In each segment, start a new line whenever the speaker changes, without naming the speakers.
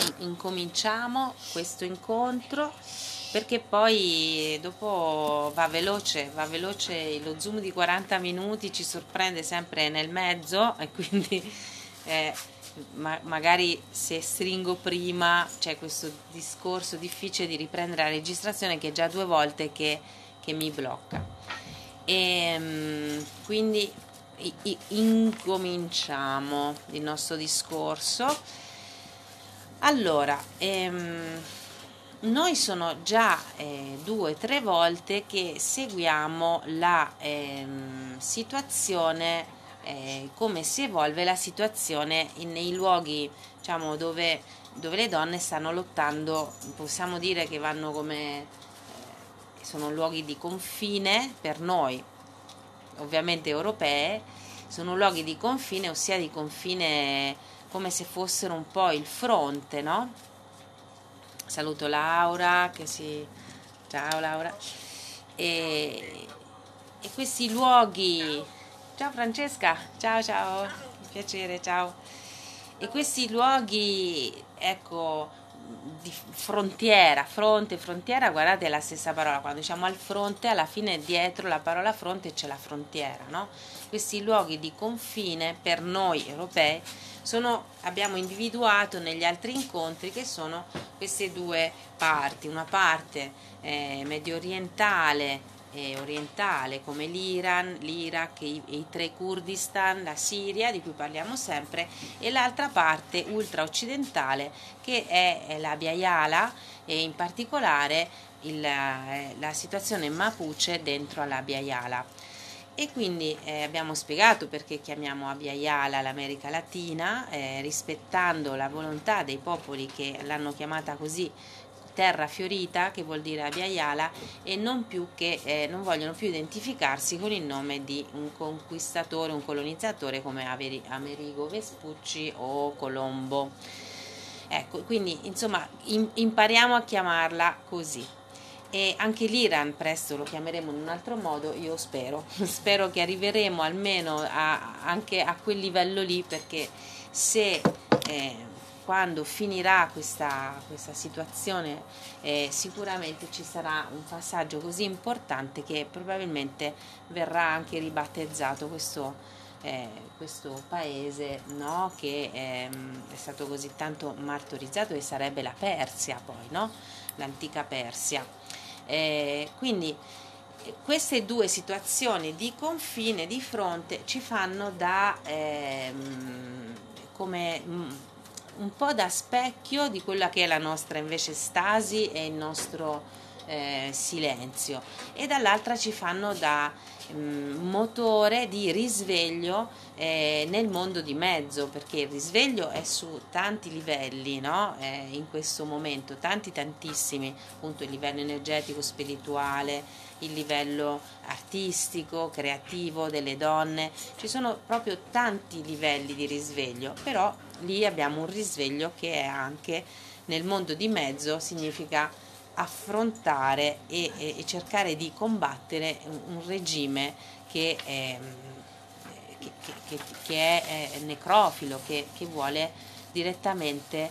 incominciamo questo incontro, perché poi dopo va veloce lo Zoom di 40 minuti ci sorprende sempre nel mezzo, e quindi magari se stringo prima c'è questo discorso difficile di riprendere la registrazione, che è già 2 volte che mi blocca. Quindi incominciamo il nostro discorso. Allora, noi sono già 2 o 3 volte che seguiamo la situazione, come si evolve la situazione nei luoghi, diciamo, dove le donne stanno lottando. Possiamo dire che vanno come sono luoghi di confine per noi, ovviamente europee, sono luoghi di confine, ossia di confine come se fossero un po' il fronte, no? Saluto Laura, ciao Laura. E questi luoghi, ciao Francesca, ciao, piacere, ciao. E questi luoghi, ecco, di frontiera, frontiera, guardate, è la stessa parola. Quando diciamo al fronte, alla fine dietro la parola fronte c'è la frontiera, no? Questi luoghi di confine per noi europei abbiamo individuato negli altri incontri che sono queste 2 parti, una parte medio orientale e orientale come l'Iran, l'Iraq, i 3 Kurdistan, la Siria, di cui parliamo sempre, e l'altra parte ultra occidentale che è la Abya Yala, e in particolare la situazione Mapuche dentro all'Abya Yala. E quindi abbiamo spiegato perché chiamiamo Abya Yala l'America Latina, rispettando la volontà dei popoli che l'hanno chiamata così, terra fiorita, che vuol dire Abya Yala, e non vogliono più identificarsi con il nome di un conquistatore, un colonizzatore come Amerigo Vespucci o Colombo. Ecco, quindi insomma impariamo a chiamarla così. E anche l'Iran presto lo chiameremo in un altro modo, io spero che arriveremo almeno anche a quel livello lì, perché se quando finirà questa situazione sicuramente ci sarà un passaggio così importante che probabilmente verrà anche ribattezzato questo paese, no? Che è stato così tanto martorizzato, e sarebbe la Persia poi, no? L'antica Persia. Quindi queste 2 situazioni di confine, di fronte, ci fanno da come un po' da specchio di quella che è la nostra invece stasi e il nostro silenzio, e dall'altra ci fanno da motore di risveglio nel mondo di mezzo, perché il risveglio è su tanti livelli, no? In questo momento tantissimi, appunto il livello energetico, spirituale, il livello artistico, creativo delle donne, ci sono proprio tanti livelli di risveglio, però lì abbiamo un risveglio che è anche nel mondo di mezzo, significa affrontare e cercare di combattere un regime che è necrofilo, che vuole direttamente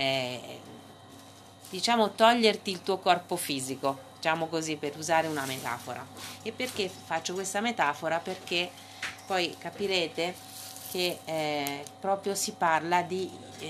diciamo toglierti il tuo corpo fisico, diciamo così, per usare una metafora. E perché faccio questa metafora? Perché poi capirete che proprio si parla di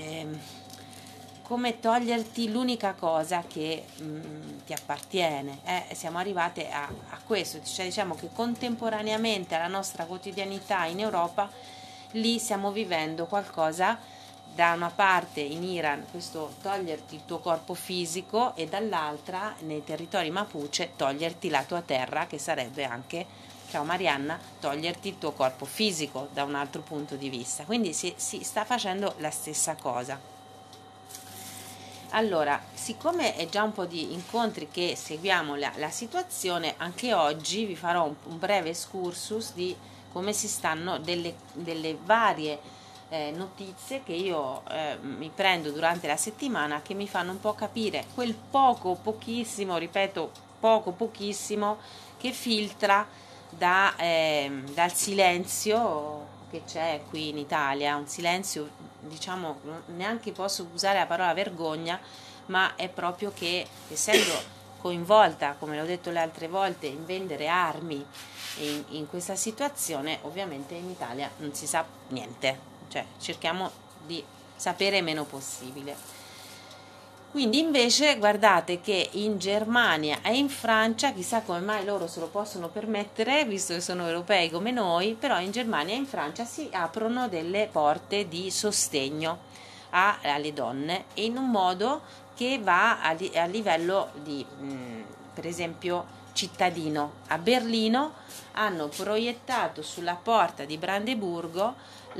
come toglierti l'unica cosa che ti appartiene. Siamo arrivate a questo, cioè diciamo che contemporaneamente alla nostra quotidianità in Europa, lì stiamo vivendo qualcosa. Da una parte in Iran questo toglierti il tuo corpo fisico, e dall'altra nei territori Mapuche toglierti la tua terra, che sarebbe anche, ciao Marianna, toglierti il tuo corpo fisico da un altro punto di vista. Quindi si sta facendo la stessa cosa. Allora, siccome è già un po' di incontri che seguiamo la situazione, anche oggi vi farò un breve excursus di come si stanno delle varie notizie che io mi prendo durante la settimana, che mi fanno un po' capire quel pochissimo, ripeto, pochissimo, che filtra dal silenzio che c'è qui in Italia, un silenzio diciamo, neanche posso usare la parola vergogna, ma è proprio che, essendo coinvolta, come l'ho detto le altre volte, in vendere armi in questa situazione, ovviamente in Italia non si sa niente, cioè cerchiamo di sapere meno possibile. Quindi invece guardate che in Germania e in Francia, chissà come mai loro se lo possono permettere, visto che sono europei come noi, però in Germania e in Francia si aprono delle porte di sostegno alle donne, e in un modo che va a livello di, per esempio, cittadino. A Berlino hanno proiettato sulla porta di Brandeburgo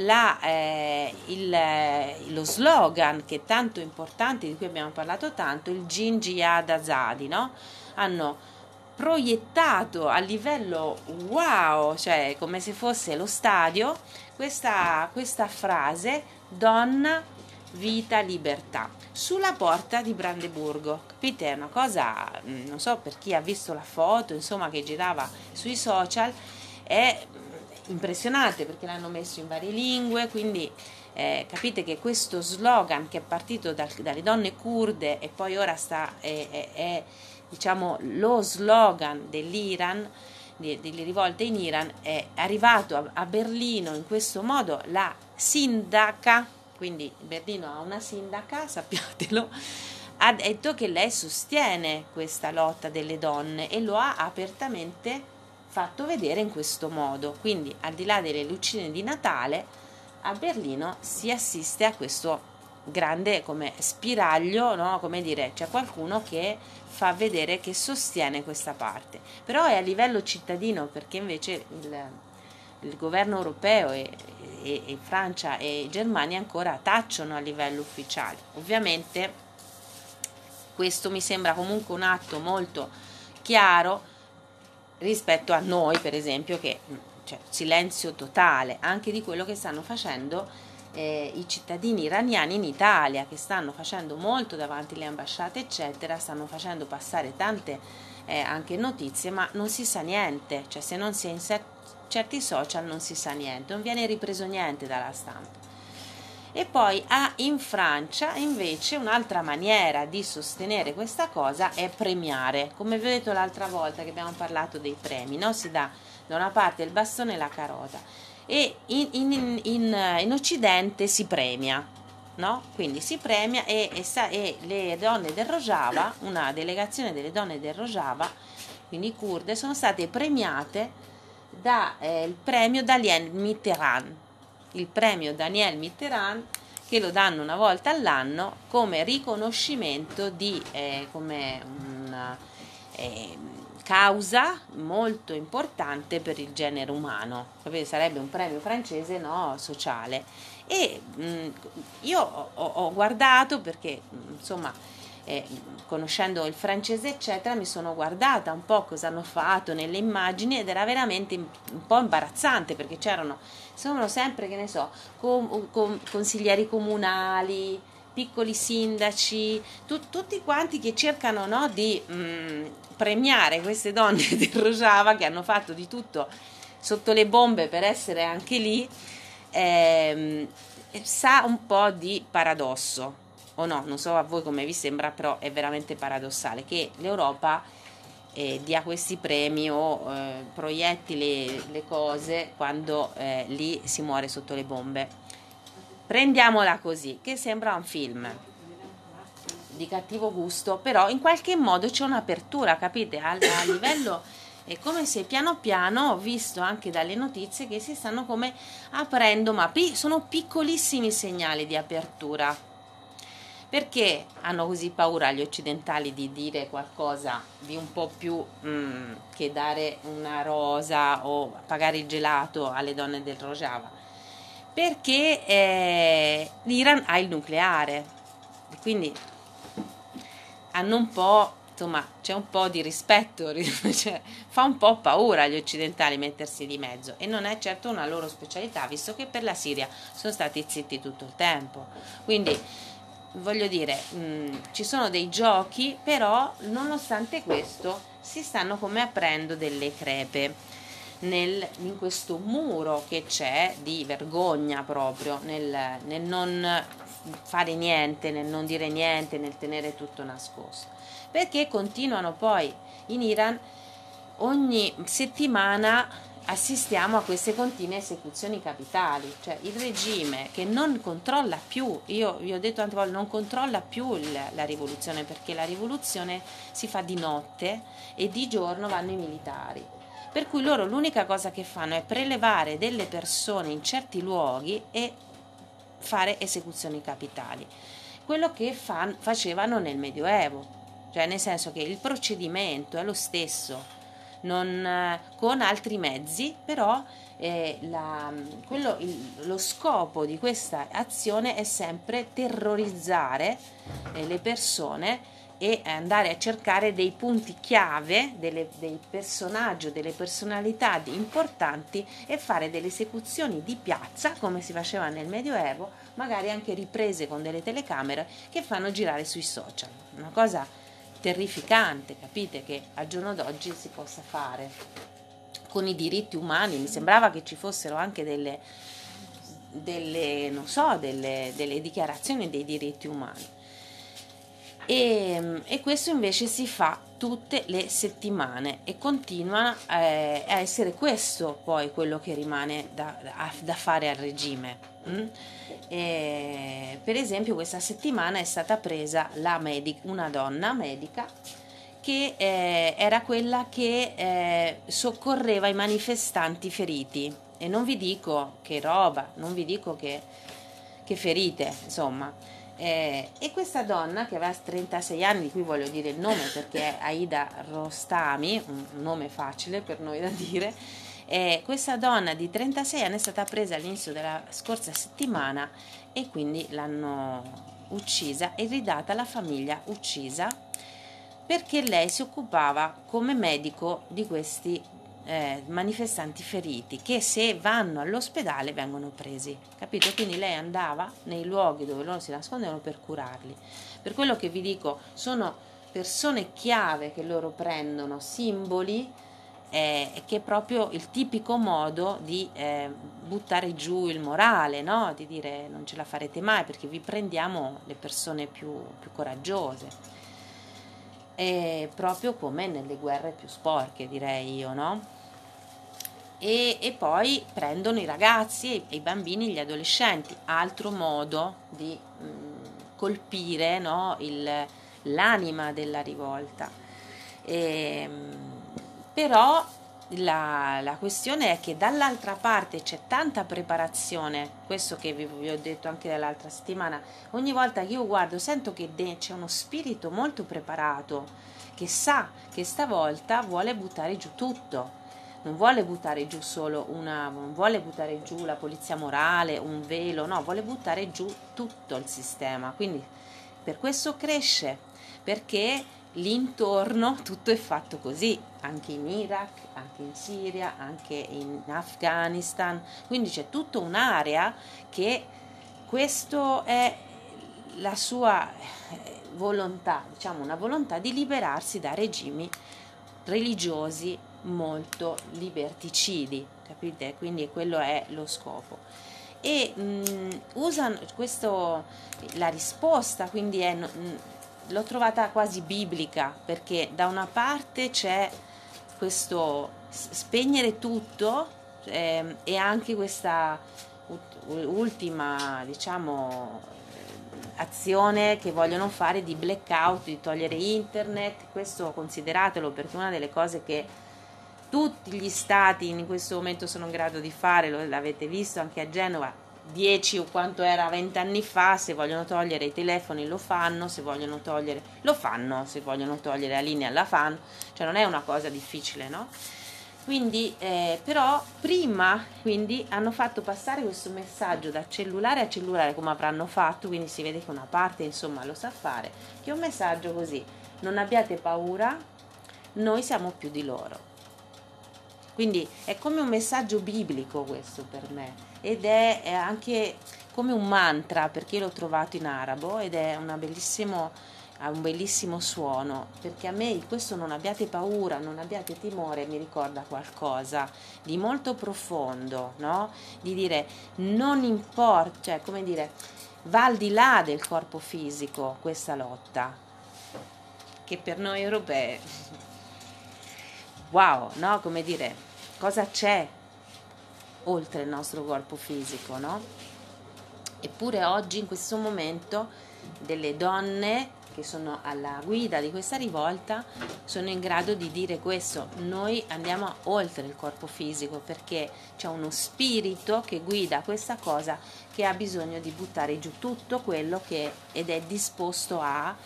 lo slogan, che è tanto importante, di cui abbiamo parlato tanto, il Gingi Ad Azadi, no? Hanno proiettato a livello wow, cioè come se fosse lo stadio, questa frase: donna, vita, libertà, sulla porta di Brandeburgo. Capite? È una cosa, non so, per chi ha visto la foto, insomma, che girava sui social, è impressionante, perché l'hanno messo in varie lingue, quindi capite che questo slogan, che è partito dalle donne kurde e poi ora è diciamo lo slogan dell'Iran, delle rivolte in Iran, è arrivato a Berlino in questo modo. La sindaca, quindi Berlino ha una sindaca, sappiatelo, ha detto che lei sostiene questa lotta delle donne e lo ha apertamente fatto vedere in questo modo. Quindi, al di là delle lucine di Natale, a Berlino si assiste a questo grande come spiraglio, no? Come dire, c'è qualcuno che fa vedere che sostiene questa parte, però è a livello cittadino, perché invece il governo europeo e Francia e Germania ancora tacciono a livello ufficiale. Ovviamente questo mi sembra comunque un atto molto chiaro rispetto a noi, per esempio, che cioè, silenzio totale anche di quello che stanno facendo i cittadini iraniani in Italia, che stanno facendo molto davanti alle ambasciate eccetera, stanno facendo passare tante anche notizie, ma non si sa niente, cioè se non si è in certi social non si sa niente, non viene ripreso niente dalla stampa. E poi in Francia invece un'altra maniera di sostenere questa cosa è premiare, come vi ho detto l'altra volta che abbiamo parlato dei premi, no? Si dà da una parte il bastone e la carota, e in Occidente si premia, no? Quindi si premia, e le donne del Rojava, una delegazione delle donne del Rojava, quindi kurde, sono state premiate il premio Daniel Mitterrand, il premio Daniel Mitterrand, che lo danno una volta all'anno come riconoscimento di come una causa molto importante per il genere umano. Capite? Sarebbe un premio francese, no, sociale. E io ho guardato, perché insomma conoscendo il francese eccetera, mi sono guardata un po' cosa hanno fatto nelle immagini, ed era veramente un po' imbarazzante, perché sono sempre, che ne so, consiglieri comunali, piccoli sindaci, tutti quanti che cercano, no, di premiare queste donne del Rojava, che hanno fatto di tutto sotto le bombe per essere anche lì. Sa un po' di paradosso, o no? Non so a voi come vi sembra, però è veramente paradossale che l'Europa dia questi premi o proietti le cose quando lì si muore sotto le bombe. Prendiamola così, che sembra un film di cattivo gusto, però in qualche modo c'è un'apertura, capite? A livello è come se piano piano, ho visto anche dalle notizie, che si stanno come aprendo, ma sono piccolissimi segnali di apertura. Perché hanno così paura gli occidentali di dire qualcosa di un po' più che dare una rosa o pagare il gelato alle donne del Rojava? Perché l'Iran ha il nucleare, quindi hanno un po', insomma, c'è un po' di rispetto, cioè, fa un po' paura agli occidentali mettersi di mezzo, e non è certo una loro specialità, visto che per la Siria sono stati zitti tutto il tempo. Quindi voglio dire, ci sono dei giochi, però nonostante questo si stanno come aprendo delle crepe in questo muro che c'è di vergogna proprio, nel non fare niente, nel non dire niente, nel tenere tutto nascosto. Perché continuano poi in Iran, ogni settimana assistiamo a queste continue esecuzioni capitali, cioè il regime che non controlla più, io vi ho detto tante volte, non controlla più la rivoluzione, perché la rivoluzione si fa di notte e di giorno vanno i militari, per cui loro l'unica cosa che fanno è prelevare delle persone in certi luoghi e fare esecuzioni capitali, quello che facevano nel Medioevo, cioè nel senso che il procedimento è lo stesso, non, con altri mezzi, però lo scopo di questa azione è sempre terrorizzare le persone e andare a cercare dei punti chiave, dei personaggi, delle personalità importanti e fare delle esecuzioni di piazza come si faceva nel Medioevo, magari anche riprese con delle telecamere che fanno girare sui social. Una cosa terrificante, capite, che al giorno d'oggi si possa fare con i diritti umani. Mi sembrava che ci fossero anche delle dichiarazioni dei diritti umani. E questo invece si fa tutte le settimane e continua a essere questo poi quello che rimane da fare al regime. Per esempio questa settimana è stata presa una donna medica che era quella che soccorreva i manifestanti feriti, e non vi dico che roba, non vi dico che ferite, insomma. E questa donna che aveva 36 anni, di cui voglio dire il nome perché è Aida Rostami, un nome facile per noi da dire, questa donna di 36 anni è stata presa all'inizio della scorsa settimana e quindi l'hanno uccisa e ridata alla famiglia uccisa, perché lei si occupava come medico di questi manifestanti feriti che se vanno all'ospedale vengono presi, capito? Quindi lei andava nei luoghi dove loro si nascondevano per curarli. Per quello che vi dico, sono persone chiave che loro prendono, simboli, che è proprio il tipico modo di buttare giù il morale, no? Di dire non ce la farete mai perché vi prendiamo le persone più coraggiose, proprio come nelle guerre più sporche, direi io, no? E poi prendono i ragazzi, i bambini, gli adolescenti, altro modo di colpire, no, l'anima della rivolta. Però la questione è che dall'altra parte c'è tanta preparazione, questo che vi ho detto anche dall'altra settimana. Ogni volta che io guardo sento che c'è uno spirito molto preparato che sa che stavolta vuole buttare giù tutto. Non vuole buttare giù non vuole buttare giù la polizia morale, un velo, no, vuole buttare giù tutto il sistema. Quindi per questo cresce, perché l'intorno tutto è fatto così, anche in Iraq, anche in Siria, anche in Afghanistan. Quindi c'è tutta un'area che questo è la sua volontà, diciamo una volontà di liberarsi da regimi religiosi molto liberticidi, capite? Quindi quello è lo scopo. E usano la risposta, quindi l'ho trovata quasi biblica, perché da una parte c'è questo spegnere tutto e anche questa ultima, diciamo, azione che vogliono fare di blackout, di togliere internet. Questo consideratelo, perché è una delle cose che tutti gli stati in questo momento sono in grado di fare, l'avete visto anche a Genova, 10 o quanto era 20 anni fa. Se vogliono togliere i telefoni lo fanno, se vogliono togliere la linea la fanno, cioè non è una cosa difficile, no? Quindi però prima hanno fatto passare questo messaggio da cellulare a cellulare, come avranno fatto, quindi si vede che una parte insomma lo sa fare, che è un messaggio così: non abbiate paura, noi siamo più di loro. Quindi è come un messaggio biblico questo per me, ed è anche come un mantra, perché l'ho trovato in arabo ed è una bellissimo ha un bellissimo suono, perché a me questo non abbiate paura, non abbiate timore mi ricorda qualcosa di molto profondo, no? Di dire non importa, cioè come dire, va al di là del corpo fisico questa lotta, che per noi europei, wow, no? Come dire, cosa c'è oltre il nostro corpo fisico, no? Eppure oggi, in questo momento, delle donne che sono alla guida di questa rivolta sono in grado di dire questo: noi andiamo oltre il corpo fisico, perché c'è uno spirito che guida questa cosa, che ha bisogno di buttare giù tutto quello che ed è disposto a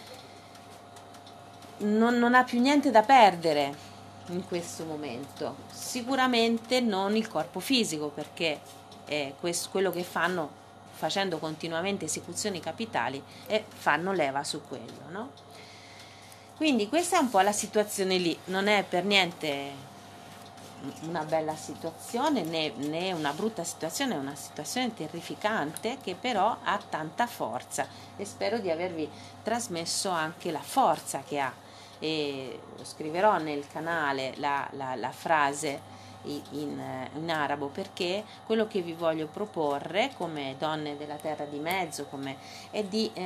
non ha più niente da perdere in questo momento. Sicuramente non il corpo fisico, perché quello che fanno, facendo continuamente esecuzioni capitali, e fanno leva su quello, no? Quindi questa è un po' la situazione lì, non è per niente una bella situazione né una brutta situazione, è una situazione terrificante che però ha tanta forza, e spero di avervi trasmesso anche la forza che ha. E scriverò nel canale la frase in arabo, perché quello che vi voglio proporre come donne della terra di mezzo è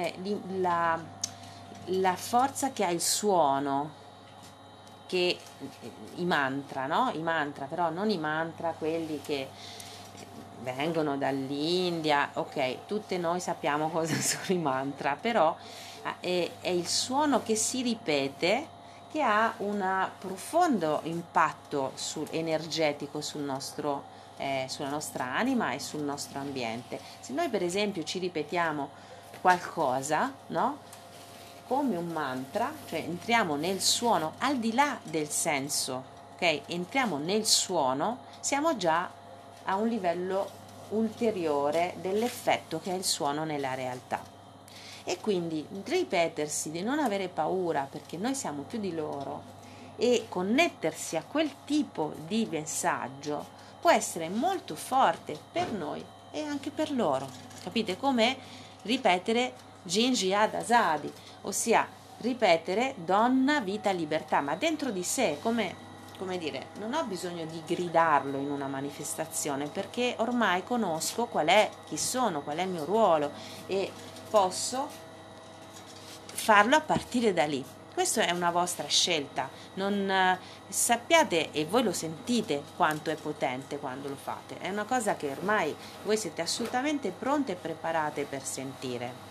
la forza che ha il suono, che i mantra, no? I mantra, però non i mantra quelli che vengono dall'India, ok, tutte noi sappiamo cosa sono i mantra, però è il suono che si ripete, che ha un profondo impatto energetico sulla nostra anima e sul nostro ambiente. Se noi per esempio ci ripetiamo qualcosa, no? Come un mantra, cioè entriamo nel suono al di là del senso, ok? Entriamo nel suono, siamo già a un livello ulteriore dell'effetto che è il suono nella realtà. E quindi ripetersi di non avere paura, perché noi siamo più di loro, e connettersi a quel tipo di messaggio può essere molto forte per noi e anche per loro. Capite com'è ripetere Jin Jihad Azadi, ossia ripetere donna, vita, libertà, ma dentro di sé, come dire, non ho bisogno di gridarlo in una manifestazione, perché ormai conosco chi sono, qual è il mio ruolo, e posso farlo a partire da lì. Questa è una vostra scelta, non sappiate, e voi lo sentite quanto è potente quando lo fate, è una cosa che ormai voi siete assolutamente pronte e preparate per sentire.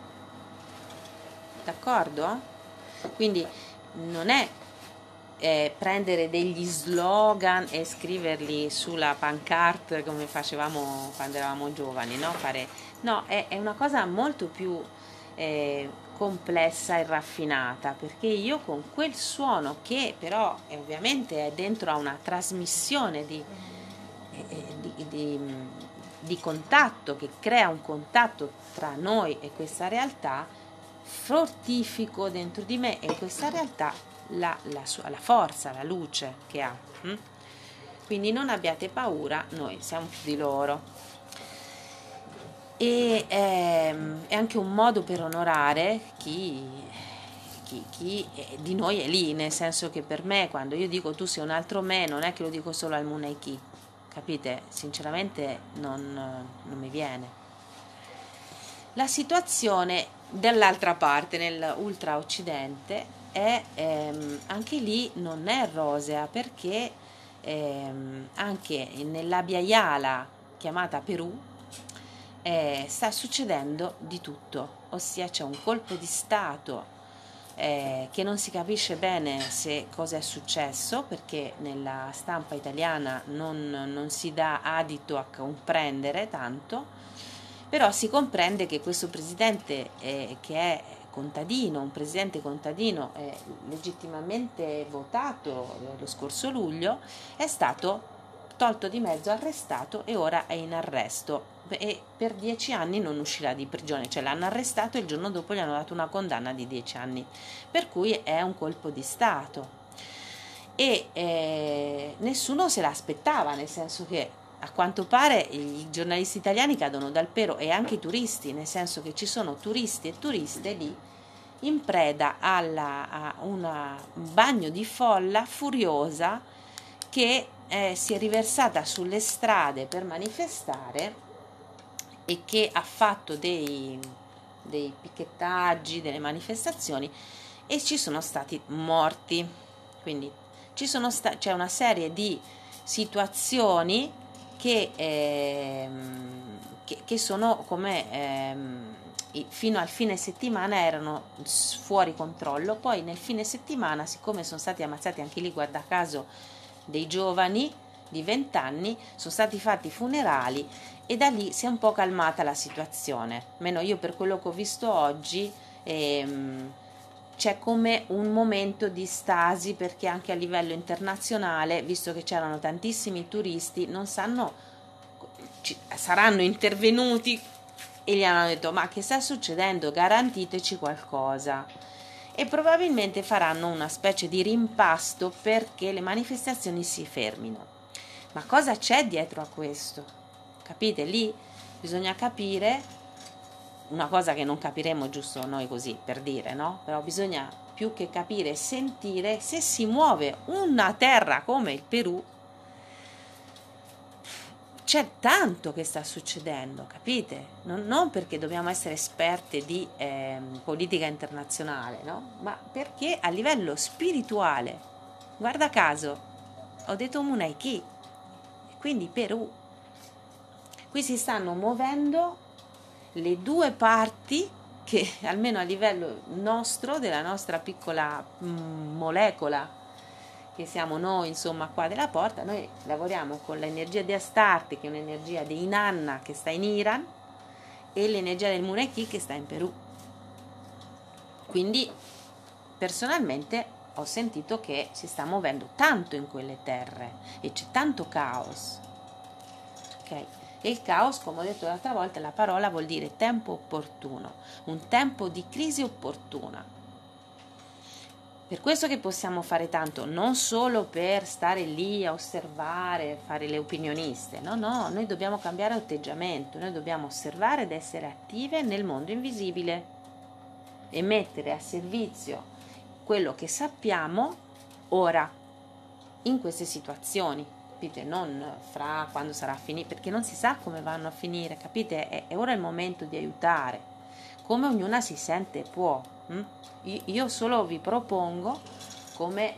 D'accordo? Quindi non è prendere degli slogan e scriverli sulla pancarte come facevamo quando eravamo giovani, no? No, è una cosa molto più complessa e raffinata, perché io con quel suono, che però ovviamente è dentro a una trasmissione di contatto, che crea un contatto tra noi e questa realtà, fortifico dentro di me e questa realtà la forza, la luce che ha. Quindi non abbiate paura, noi siamo più di loro. E è anche un modo per onorare chi di noi è lì, nel senso che per me, quando io dico tu sei un altro me, non è che lo dico solo al Munaiki, capite? Sinceramente non mi viene. La situazione dall'altra parte, nell'ultra occidente, è anche lì non è rosea, perché anche nell'Abhyayala chiamata Perù sta succedendo di tutto, ossia c'è un colpo di stato che non si capisce bene se cosa è successo, perché nella stampa italiana non si dà adito a comprendere tanto, però si comprende che questo presidente che è contadino, un presidente contadino legittimamente votato lo scorso luglio, è stato tolto di mezzo, arrestato, e ora è in arresto e per 10 anni non uscirà di prigione, cioè l'hanno arrestato e il giorno dopo gli hanno dato una condanna di 10 anni, per cui è un colpo di stato e nessuno se l'aspettava, nel senso che a quanto pare i giornalisti italiani cadono dal pero, e anche i turisti, nel senso che ci sono turisti e turiste lì in preda a un bagno di folla furiosa che si è riversata sulle strade per manifestare e che ha fatto dei picchettaggi, delle manifestazioni, e ci sono stati morti. Quindi c'è una serie di situazioni che sono come fino al fine settimana erano fuori controllo. Poi nel fine settimana, siccome sono stati ammazzati anche lì, guarda caso, dei giovani di 20 anni, sono stati fatti i funerali e da lì si è un po' calmata la situazione. Meno io, per quello che ho visto oggi, c'è come un momento di stasi, perché anche a livello internazionale, visto che c'erano tantissimi turisti, non saranno intervenuti e gli hanno detto: ma che sta succedendo? Garantiteci qualcosa. E probabilmente faranno una specie di rimpasto perché le manifestazioni si fermino. Ma cosa c'è dietro a questo? Capite? Lì bisogna capire una cosa che non capiremo, giusto noi così per dire, no? Però bisogna più che capire, sentire se si muove una terra come il Perù. C'è tanto che sta succedendo, capite? Non perché dobbiamo essere esperte di politica internazionale, no? Ma perché a livello spirituale, guarda caso, ho detto Munaiki, quindi Perù. Qui si stanno muovendo le due parti che, almeno a livello nostro, della nostra piccola molecola, che siamo noi, insomma, qua della porta, noi lavoriamo con l'energia di Astarte, che è un'energia di Inanna che sta in Iran, e l'energia del Munaiki che sta in Perù. Quindi personalmente ho sentito che si sta muovendo tanto in quelle terre e c'è tanto caos, ok? E il caos, come ho detto l'altra volta, la parola vuol dire tempo opportuno, un tempo di crisi opportuna. Per questo che possiamo fare tanto, non solo per stare lì a osservare, fare le opinioniste, no, noi dobbiamo cambiare atteggiamento, noi dobbiamo osservare ed essere attive nel mondo invisibile e mettere a servizio quello che sappiamo ora, in queste situazioni, capite? Non fra quando sarà finito, perché non si sa come vanno a finire, capite? È ora il momento di aiutare, come ognuna si sente e può. Io solo vi propongo come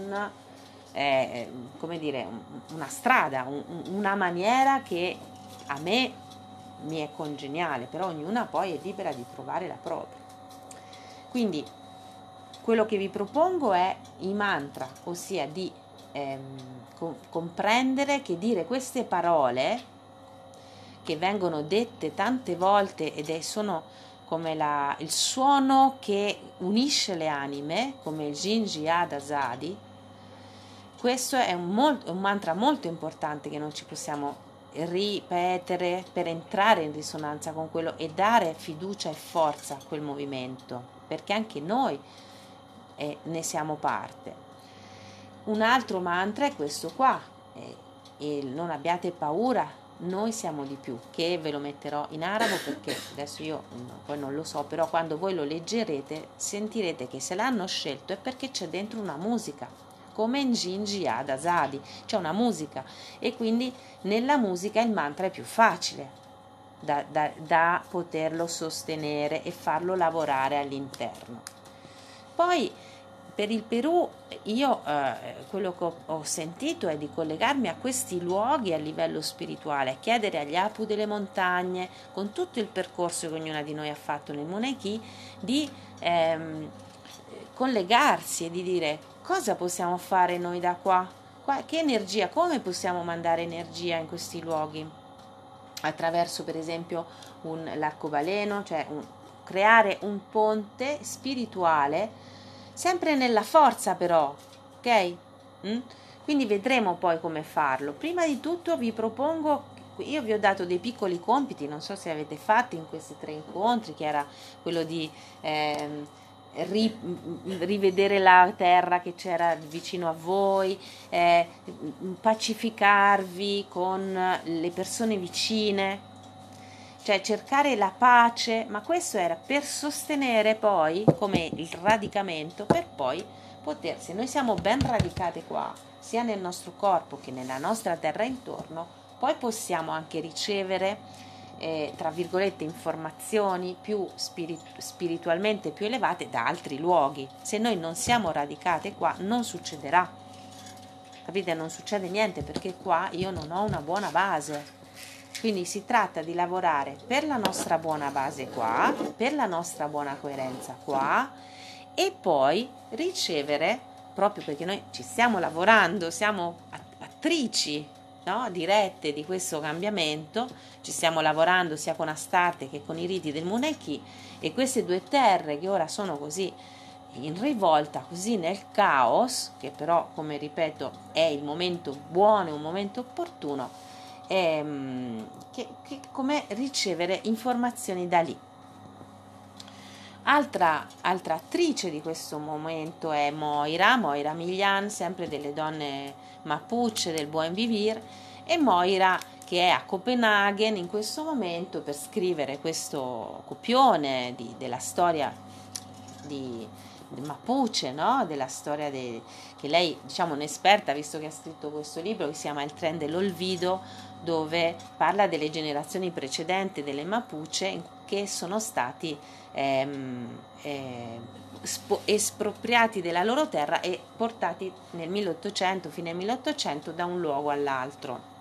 una strada, una maniera che a me mi è congeniale, però ognuna poi è libera di trovare la propria. Quindi quello che vi propongo è i mantra, ossia di comprendere che dire queste parole che vengono dette tante volte sono come il suono che unisce le anime, come il Jinji Adasadi. Questo è un mantra molto importante che non ci possiamo ripetere per entrare in risonanza con quello e dare fiducia e forza a quel movimento, perché anche noi ne siamo parte. Un altro mantra è questo qua, non abbiate paura, noi siamo di più, che ve lo metterò in arabo perché adesso io poi non lo so, però quando voi lo leggerete sentirete che se l'hanno scelto è perché c'è dentro una musica, come in Jinji Adasadi c'è una musica, e quindi nella musica il mantra è più facile da poterlo sostenere e farlo lavorare all'interno. Poi per il Perù io quello che ho sentito è di collegarmi a questi luoghi a livello spirituale, chiedere agli Apu delle montagne, con tutto il percorso che ognuna di noi ha fatto nel Munaiki, di collegarsi e di dire cosa possiamo fare noi da qua, che energia, come possiamo mandare energia in questi luoghi, attraverso per esempio l'arcobaleno, cioè creare un ponte spirituale, sempre nella forza però, ok? Quindi vedremo poi come farlo. Prima di tutto vi propongo, io vi ho dato dei piccoli compiti, non so se avete fatto in questi 3 incontri, che era quello di rivedere la terra che c'era vicino a voi, pacificarvi con le persone vicine, cioè cercare la pace, ma questo era per sostenere poi, come il radicamento, per poi potersi, noi siamo ben radicate qua, sia nel nostro corpo che nella nostra terra intorno, poi possiamo anche ricevere tra virgolette informazioni più spiritualmente più elevate da altri luoghi. Se noi non siamo radicate qua non succederà, capite? Non succede niente, perché qua io non ho una buona base. Quindi si tratta di lavorare per la nostra buona base qua, per la nostra buona coerenza qua, e poi ricevere, proprio perché noi ci stiamo lavorando, siamo attrici, no, dirette di questo cambiamento, ci stiamo lavorando sia con Astarte che con i riti del Muneki, e queste due terre che ora sono così in rivolta, così nel caos, che però, come ripeto, è il momento buono, è un momento opportuno, che come ricevere informazioni da lì. Altra attrice di questo momento è Moira Millan, sempre delle donne Mapuche del Buen Vivir, e Moira che è a Copenaghen in questo momento per scrivere questo copione della storia di Mapuche, no? Della storia che lei, diciamo, un'esperta, visto che ha scritto questo libro che si chiama Il tren dell'olvido, dove parla delle generazioni precedenti delle Mapuche che sono stati espropriati della loro terra e portati nel 1800, fine 1800, da un luogo all'altro.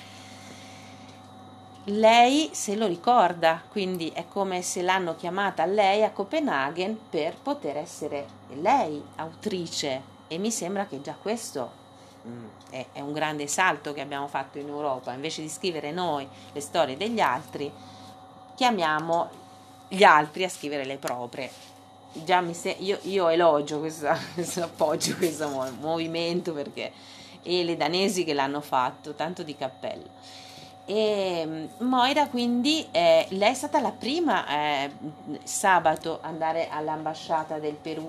Lei se lo ricorda, quindi è come se l'hanno chiamata lei a Copenaghen per poter essere lei autrice, e mi sembra che già questo è un grande salto che abbiamo fatto in Europa. Invece di scrivere noi le storie degli altri, chiamiamo gli altri a scrivere le proprie. Già io elogio questo appoggio, questo movimento, perché e le danesi che l'hanno fatto, tanto di cappello. E Moira quindi lei è stata la prima sabato andare all'ambasciata del Perù,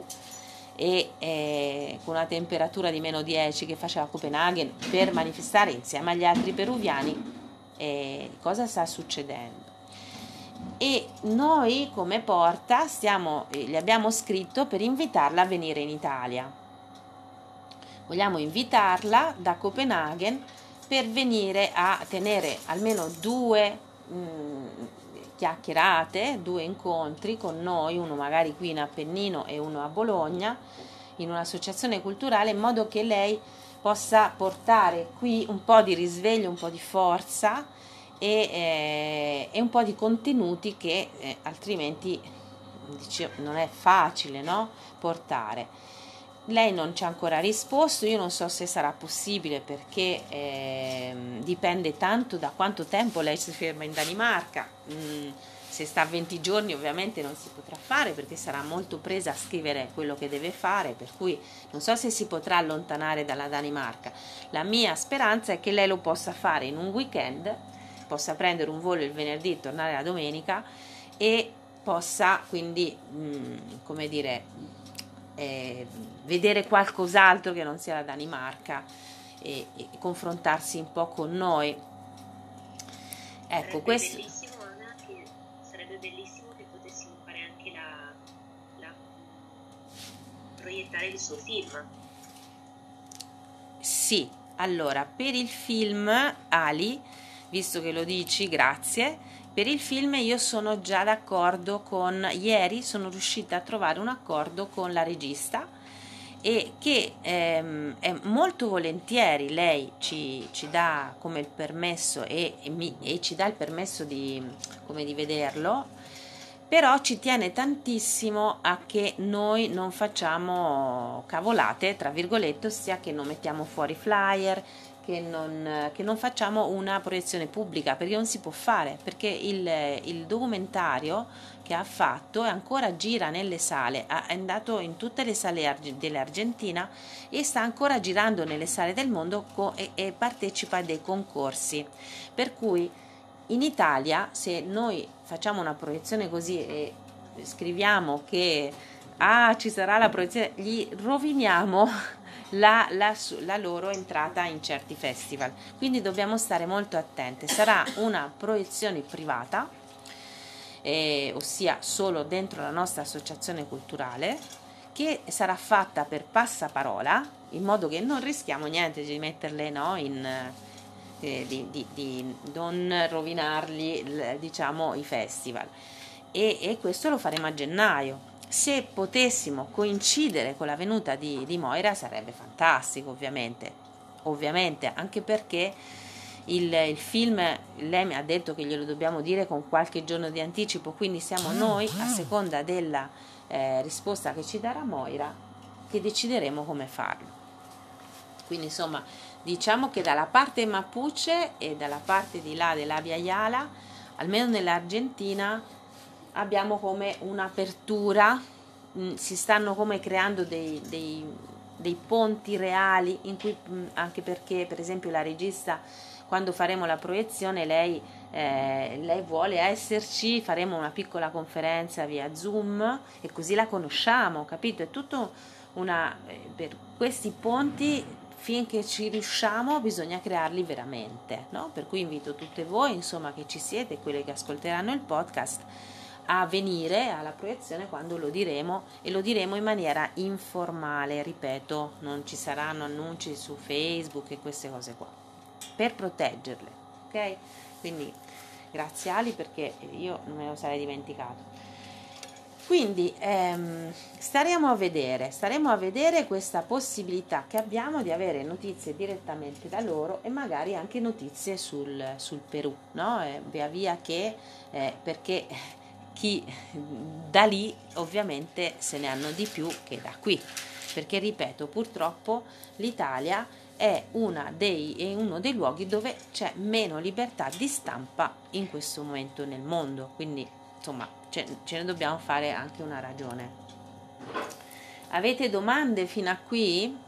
e con una temperatura di -10 che faceva a Copenaghen, per manifestare insieme agli altri peruviani cosa sta succedendo. E noi come Porta gli abbiamo scritto per invitarla a venire in Italia. Vogliamo invitarla da Copenaghen per venire a tenere almeno 2 chiacchierate, 2 incontri con noi, uno magari qui in Appennino e uno a Bologna, in un'associazione culturale, in modo che lei possa portare qui un po' di risveglio, un po' di forza e un po' di contenuti che altrimenti non è facile, no? Portare. Lei non ci ha ancora risposto, io non so se sarà possibile, perché dipende tanto da quanto tempo lei si ferma in Danimarca. Se sta a 20 giorni ovviamente non si potrà fare, perché sarà molto presa a scrivere quello che deve fare, per cui non so se si potrà allontanare dalla Danimarca. La mia speranza è che lei lo possa fare in un weekend, possa prendere un volo il venerdì e tornare la domenica, e possa quindi, come dire, vedere qualcos'altro che non sia la Danimarca e confrontarsi un po' con noi. Ecco, questo
sarebbe bellissimo che potessimo fare anche proiettare il suo film.
Sì, allora, per il film, Ali, visto che lo dici, grazie. Per il film io sono già d'accordo ieri sono riuscita a trovare un accordo con la regista, e che è molto volentieri lei ci dà come il permesso e ci dà il permesso di vederlo, però ci tiene tantissimo a che noi non facciamo cavolate, tra virgolette, ossia che non mettiamo fuori flyer, che non facciamo una proiezione pubblica, perché non si può fare, perché il documentario che ha fatto ancora gira nelle sale, è andato in tutte le sale dell'Argentina e sta ancora girando nelle sale del mondo e partecipa a dei concorsi, per cui in Italia, se noi facciamo una proiezione così e scriviamo che ci sarà la proiezione, gli roviniamo la loro entrata in certi festival. Quindi dobbiamo stare molto attenti. Sarà una proiezione privata, ossia solo dentro la nostra associazione culturale, che sarà fatta per passaparola, in modo che non rischiamo niente di metterle, no, di non rovinargli, diciamo, i festival. E questo lo faremo a gennaio. Se potessimo coincidere con la venuta di Moira sarebbe fantastico, ovviamente, anche perché il film, lei mi ha detto che glielo dobbiamo dire con qualche giorno di anticipo, quindi siamo noi, a seconda della risposta che ci darà Moira, che decideremo come farlo. Quindi insomma, diciamo che dalla parte Mapuche e dalla parte di là dell'Abya Yala, almeno nell'Argentina, abbiamo come un'apertura, si stanno come creando dei ponti reali, in cui, anche perché per esempio la regista, quando faremo la proiezione, lei vuole esserci, faremo una piccola conferenza via Zoom e così la conosciamo, capito? È tutto per questi ponti, finché ci riusciamo bisogna crearli veramente, no? Per cui invito tutte voi, insomma, che ci siete, quelle che ascolteranno il podcast, a venire alla proiezione quando lo diremo, e lo diremo in maniera informale, ripeto, non ci saranno annunci su Facebook e queste cose qua, per proteggerle, ok? Quindi grazie Ali, perché io non me lo sarei dimenticato. Quindi staremo a vedere questa possibilità che abbiamo di avere notizie direttamente da loro, e magari anche notizie sul Perù, no? Via via che, perché chi da lì ovviamente se ne hanno di più che da qui, perché ripeto, purtroppo l'Italia è uno dei luoghi dove c'è meno libertà di stampa in questo momento nel mondo, quindi insomma ce ne dobbiamo fare anche una ragione. Avete domande fino a qui?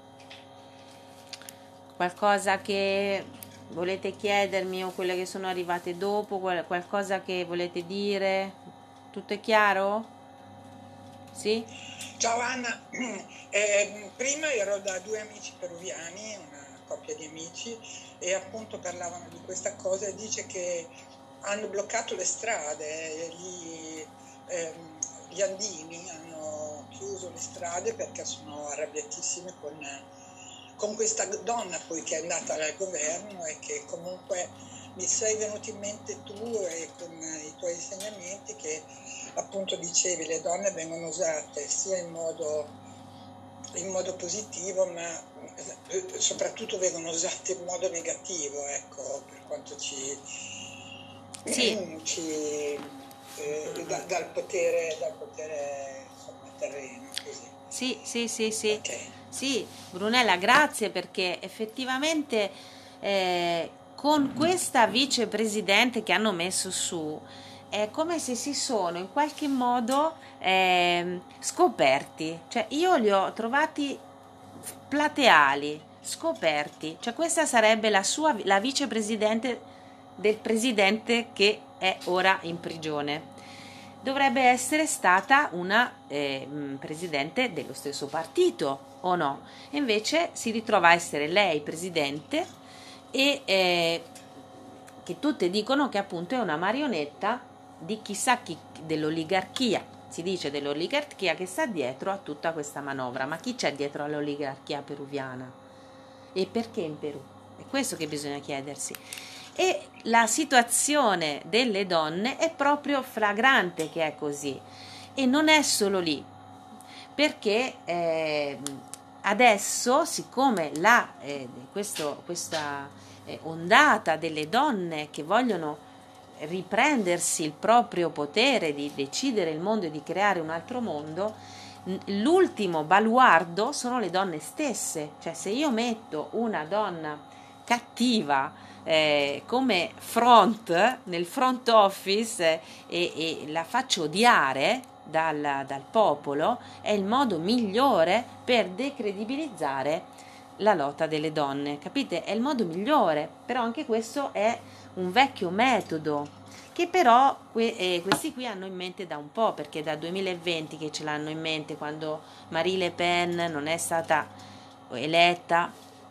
Qualcosa che volete chiedermi, o quelle che sono arrivate dopo, qualcosa che volete dire? Tutto è chiaro? Sì?
Ciao Anna, prima ero da due amici peruviani, una coppia di amici, e appunto parlavano di questa cosa, e dice che hanno bloccato le strade, gli andini hanno chiuso le strade perché sono arrabbiatissimi con questa donna poi che è andata al governo, e che comunque mi sei venuto in mente tu e con i tuoi insegnamenti, che appunto dicevi le donne vengono usate sia in modo positivo, ma soprattutto vengono usate in modo negativo, ecco, per quanto dal potere insomma, terreno, così.
Sì.
Okay.
Sì, Brunella, grazie, perché effettivamente con questa vicepresidente che hanno messo su è come se si sono in qualche modo scoperti, cioè io li ho trovati plateali, scoperti, cioè questa sarebbe la vicepresidente del presidente che è ora in prigione. Dovrebbe essere stata una presidente dello stesso partito, o no? E invece si ritrova a essere lei presidente, e che tutte dicono che appunto è una marionetta di chissà chi, dell'oligarchia. Si dice dell'oligarchia che sta dietro a tutta questa manovra. Ma chi c'è dietro all'oligarchia peruviana? E perché in Perù? È questo che bisogna chiedersi. E la situazione delle donne è proprio flagrante che è così, e non è solo lì, perché adesso, siccome questa ondata delle donne che vogliono riprendersi il proprio potere di decidere il mondo e di creare un altro mondo, l'ultimo baluardo sono le donne stesse. Cioè, se io metto una donna cattiva come nel front office, e la faccio odiare dal popolo, è il modo migliore per decredibilizzare la lotta delle donne, capite? È il modo migliore, però anche questo è un vecchio metodo che però questi qui hanno in mente da un po', perché da 2020 che ce l'hanno in mente, quando Marine Le Pen non è stata eletta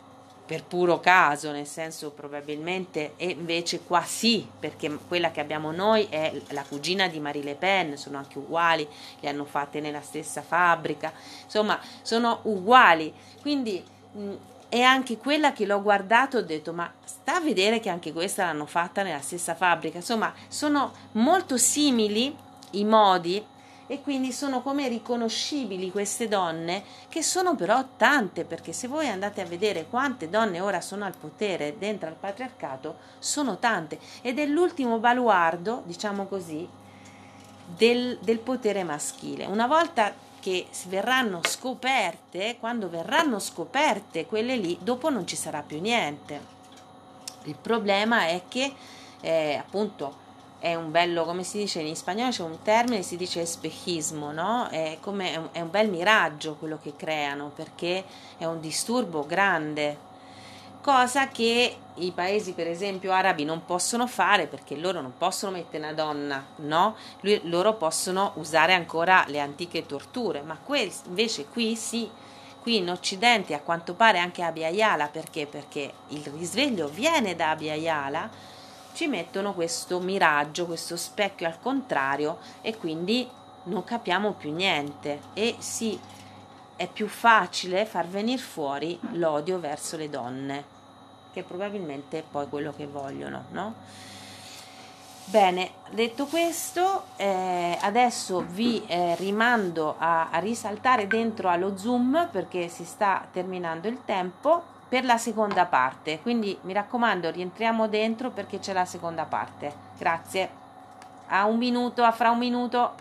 per puro caso, nel senso probabilmente, e invece qua sì, perché quella che abbiamo noi è la cugina di Marie Le Pen, sono anche uguali, le hanno fatte nella stessa fabbrica, insomma sono uguali, quindi è anche quella che l'ho guardato e ho detto ma sta a vedere che anche questa l'hanno fatta nella stessa fabbrica, insomma sono molto simili i modi e quindi sono come riconoscibili queste donne, che sono però tante, perché se voi andate a vedere quante donne ora sono al potere dentro al patriarcato, sono tante, ed è l'ultimo baluardo, diciamo così, del potere maschile. Una volta che verranno scoperte, quando verranno scoperte quelle lì, dopo non ci sarà più niente. Il problema è che appunto è un bello, come si dice in spagnolo, c'è un termine, si dice espejismo, no? È un bel miraggio quello che creano, perché è un disturbo grande, cosa che i paesi per esempio arabi non possono fare, perché loro non possono mettere una donna, no? Loro possono usare ancora le antiche torture, ma invece qui sì, qui in Occidente, a quanto pare anche a Abya Yala, perché il risveglio viene da Abya Yala, ci mettono questo miraggio, questo specchio al contrario, e quindi non capiamo più niente, e sì, è più facile far venire fuori l'odio verso le donne, che probabilmente è poi quello che vogliono, no? Bene, detto questo, adesso vi rimando a risaltare dentro allo Zoom, perché si sta terminando il tempo, per la seconda parte, quindi mi raccomando, rientriamo dentro perché c'è la seconda parte. Grazie. A fra un minuto.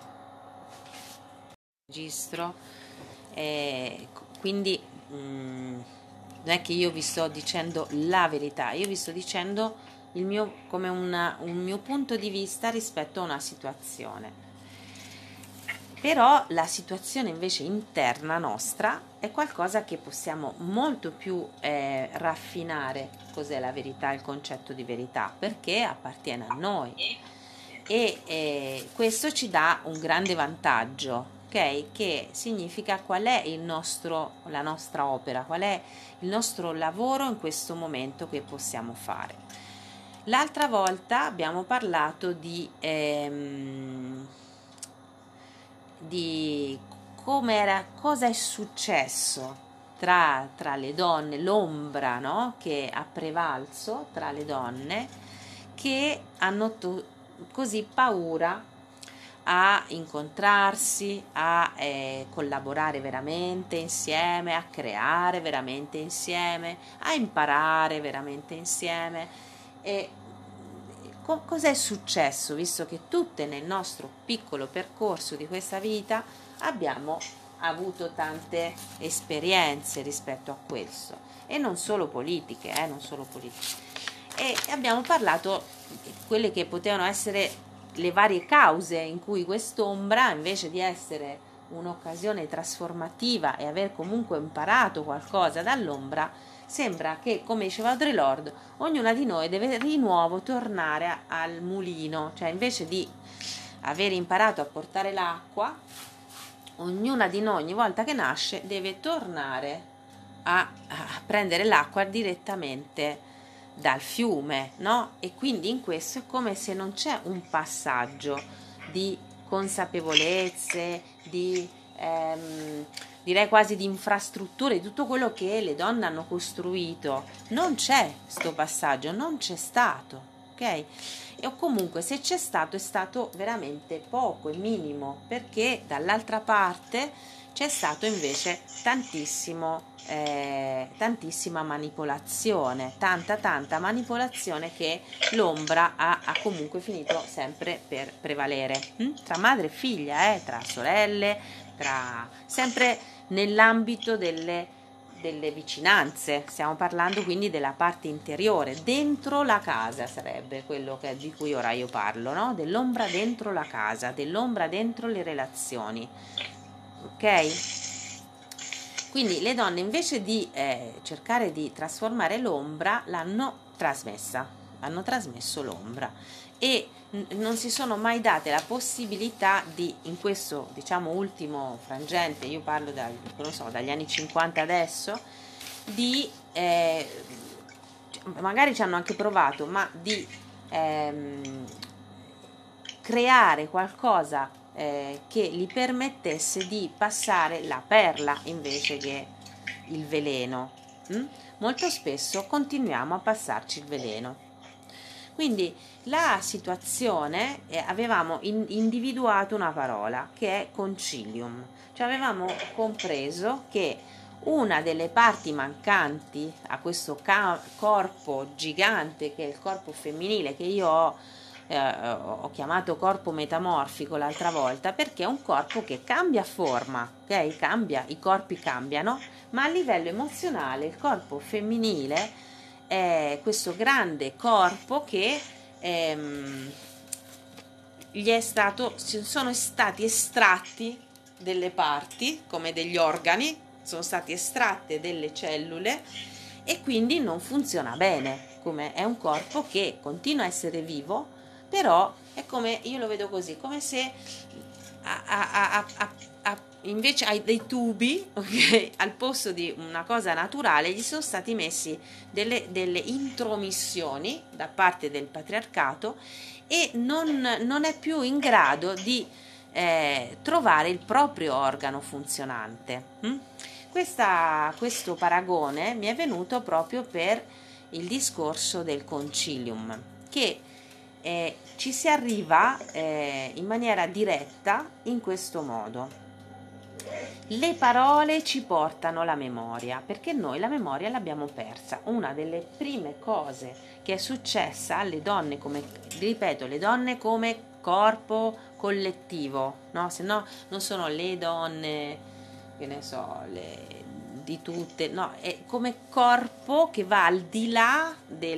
Registro. Quindi non è che io vi sto dicendo la verità, io vi sto dicendo il mio, come un mio punto di vista rispetto a una situazione. Però la situazione invece interna nostra è qualcosa che possiamo molto più raffinare, cos'è la verità, il concetto di verità, perché appartiene a noi, e questo ci dà un grande vantaggio, ok? Che significa qual è la nostra opera, qual è il nostro lavoro in questo momento che possiamo fare. L'altra volta abbiamo parlato di cosa è successo tra le donne, l'ombra, no? Che ha prevalso tra le donne, che hanno così paura a incontrarsi, a collaborare veramente insieme, a creare veramente insieme, a imparare veramente insieme. E cos'è successo, visto che tutte nel nostro piccolo percorso di questa vita abbiamo avuto tante esperienze rispetto a questo, e non solo politiche, e abbiamo parlato di quelle che potevano essere le varie cause in cui quest'ombra, invece di essere un'occasione trasformativa e aver comunque imparato qualcosa dall'ombra, sembra che, come diceva Audre Lorde, ognuna di noi deve di nuovo tornare al mulino, cioè invece di aver imparato a portare l'acqua, ognuna di noi ogni volta che nasce deve tornare a prendere l'acqua direttamente dal fiume, no? E quindi in questo è come se non c'è un passaggio di consapevolezze, direi quasi di infrastrutture, di tutto quello che le donne hanno costruito. Non c'è sto passaggio, non c'è stato, ok? O comunque se c'è stato è stato veramente poco e minimo, perché dall'altra parte c'è stato invece tantissima manipolazione, tanta manipolazione, che l'ombra ha comunque finito sempre per prevalere, tra madre e figlia, tra sorelle, sempre nell'ambito delle vicinanze. Stiamo parlando quindi della parte interiore, dentro la casa, sarebbe quello di cui ora io parlo, no? Dell'ombra dentro la casa, dell'ombra dentro le relazioni, ok? Quindi le donne, invece di cercare di trasformare l'ombra, hanno trasmesso l'ombra, e non si sono mai date la possibilità di, in questo diciamo ultimo frangente, io parlo dagli anni 50 adesso, di magari ci hanno anche provato, ma di creare qualcosa che gli permettesse di passare la perla invece che il veleno. Molto spesso continuiamo a passarci il veleno. Quindi la situazione, avevamo individuato una parola che è concilium, cioè avevamo compreso che una delle parti mancanti a questo corpo gigante che è il corpo femminile, che io ho chiamato corpo metamorfico l'altra volta, perché è un corpo che cambia forma, ok? I corpi cambiano, ma a livello emozionale il corpo femminile è questo grande corpo che sono stati estratti delle parti, come degli organi, sono state estratte delle cellule e quindi non funziona bene, come è un corpo che continua a essere vivo, però è come, io lo vedo così, come se invece hai dei tubi, okay, al posto di una cosa naturale gli sono stati messi delle intromissioni da parte del patriarcato e non è più in grado di trovare il proprio organo funzionante. Questo paragone mi è venuto proprio per il discorso del concilium, che ci si arriva in maniera diretta in questo modo. Le parole ci portano la memoria, perché noi la memoria l'abbiamo persa. Una delle prime cose che è successa alle donne, come ripeto, le donne come corpo collettivo, no? Se no non sono le donne, che ne so, di tutte, no, è come corpo che va al di là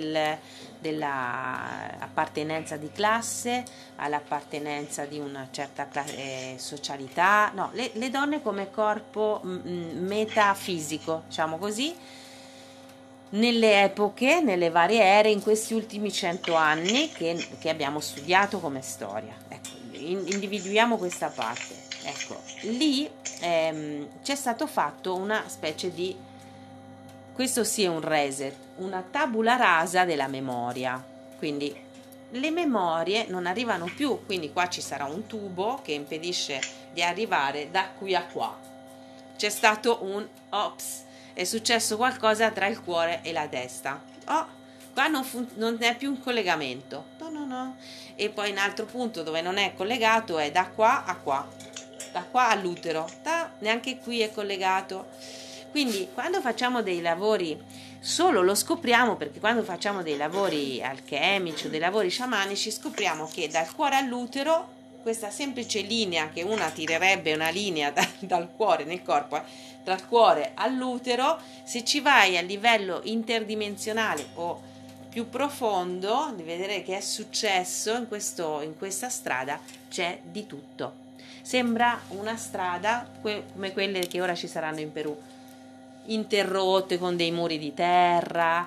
della appartenenza di classe, all'appartenenza di una certa socialità, no, le donne come corpo metafisico, diciamo così, nelle epoche, nelle varie ere, in questi ultimi 100 anni che abbiamo studiato come storia. Ecco, individuiamo questa parte. Ecco, lì c'è stato fatto una specie di, questo sì è un reset, una tabula rasa della memoria, quindi le memorie non arrivano più, quindi qua ci sarà un tubo che impedisce di arrivare da qui a qua. C'è stato un ops, è successo qualcosa tra il cuore e la testa. Qua non è più un collegamento, no. E poi un altro punto dove non è collegato è da qua a qua, da qua all'utero, neanche qui è collegato. Quindi quando facciamo dei lavori, solo lo scopriamo perché quando facciamo dei lavori alchemici o dei lavori sciamanici scopriamo che dal cuore all'utero, questa semplice linea che una tirerebbe una linea dal cuore nel corpo, dal cuore all'utero, se ci vai a livello interdimensionale o più profondo di vedere che è successo in questa strada, c'è di tutto. Sembra una strada come quelle che ora ci saranno in Perù, interrotte con dei muri di terra,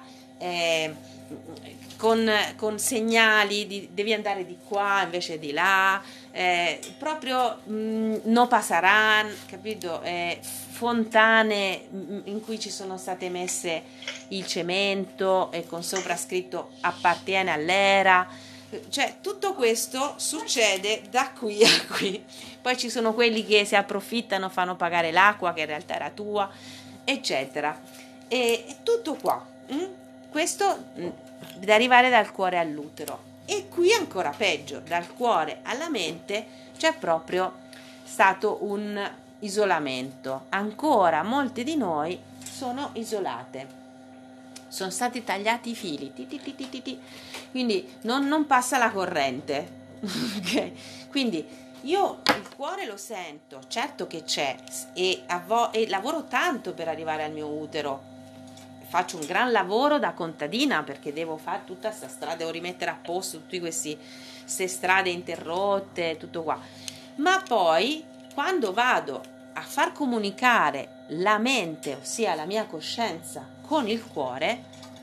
con segnali devi andare di qua invece di là, proprio no passaran, capito? Fontane in cui ci sono state messe il cemento e con sopra scritto appartiene all'era, cioè tutto questo succede da qui a qui. Poi ci sono quelli che si approfittano, fanno pagare l'acqua che in realtà era tua, eccetera, e tutto qua. Questo deve arrivare dal cuore all'utero, e qui ancora peggio, dal cuore alla mente c'è proprio stato un isolamento. Ancora molte di noi sono isolate, sono stati tagliati i fili, quindi non passa la corrente. Ok? Quindi io il cuore lo sento, certo che c'è, e lavoro tanto per arrivare al mio utero, faccio un gran lavoro da contadina perché devo fare tutta questa strada, devo rimettere a posto tutte queste strade interrotte, tutto qua. Ma poi quando vado a far comunicare la mente, ossia la mia coscienza, con il cuore,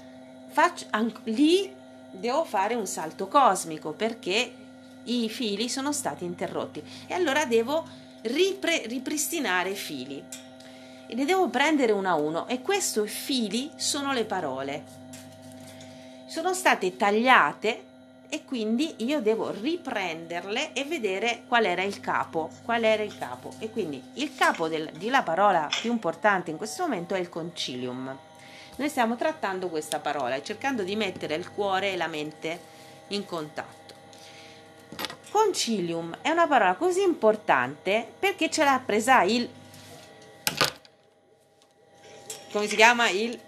lì devo fare un salto cosmico perché i fili sono stati interrotti e allora devo ripristinare i fili. e le devo prendere uno a uno, e questi fili sono le parole. Sono state tagliate e quindi io devo riprenderle e vedere qual era il capo, e quindi il capo di la parola più importante in questo momento è il concilium. Noi stiamo trattando questa parola e cercando di mettere il cuore e la mente in contatto. Concilium è una parola così importante perché ce l'ha presa come si chiama?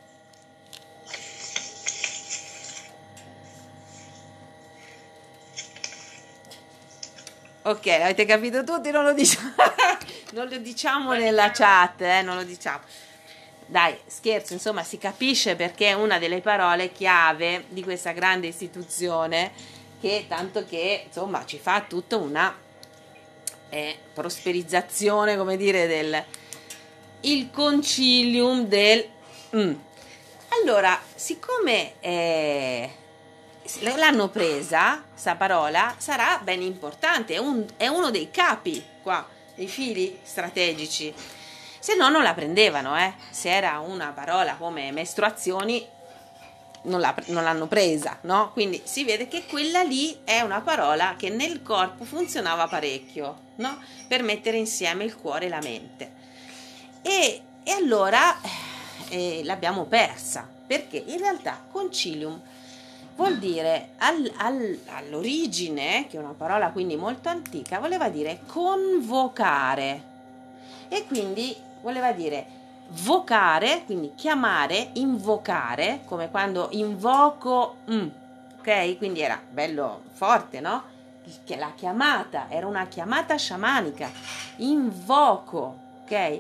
Ok, avete capito tutti? Non lo diciamo, non lo diciamo nella chat, non lo diciamo. Dai, scherzo, insomma, si capisce perché è una delle parole chiave di questa grande istituzione, che tanto che, insomma, ci fa tutta una prosperizzazione, come dire, il concilium del... Allora, siccome l'hanno presa, sta parola, sarà ben importante, è uno dei capi qua, dei fili strategici. Se no non la prendevano, se era una parola come mestruazioni non l'hanno presa, no? Quindi si vede che quella lì è una parola che nel corpo funzionava parecchio, no? Per mettere insieme il cuore e la mente. E allora l'abbiamo persa, perché in realtà concilium vuol dire all'origine, che è una parola quindi molto antica, voleva dire convocare, e quindi voleva dire vocare, quindi chiamare, invocare, come quando invoco, ok? Quindi era bello forte, no? La chiamata era una chiamata sciamanica, invoco, ok?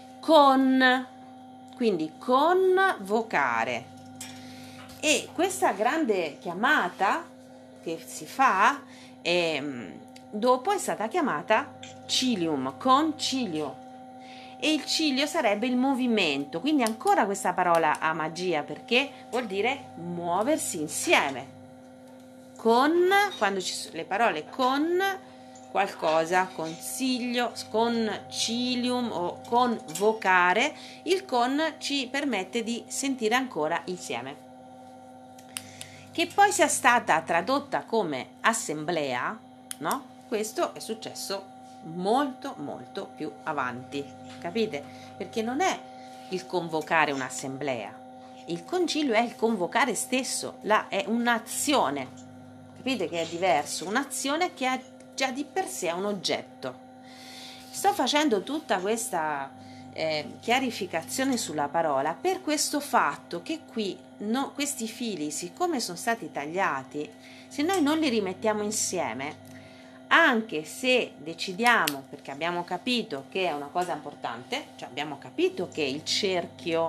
Quindi convocare. E questa grande chiamata che si fa dopo è stata chiamata cilium, concilio, e il cilio sarebbe il movimento, quindi ancora questa parola ha magia perché vuol dire muoversi insieme, quando ci sono le parole con qualcosa, consiglio, con cilium o convocare, il con ci permette di sentire ancora insieme. Che poi sia stata tradotta come assemblea, no? Questo è successo molto molto più avanti, capite? Perché non è il convocare un'assemblea, il concilio è il convocare stesso, è un'azione, capite che è diverso, un'azione che ha già di per sé un oggetto. Sto facendo tutta questa chiarificazione sulla parola per questo fatto che qui questi fili, siccome sono stati tagliati, se noi non li rimettiamo insieme, anche se decidiamo, perché abbiamo capito che è una cosa importante, cioè abbiamo capito che il cerchio,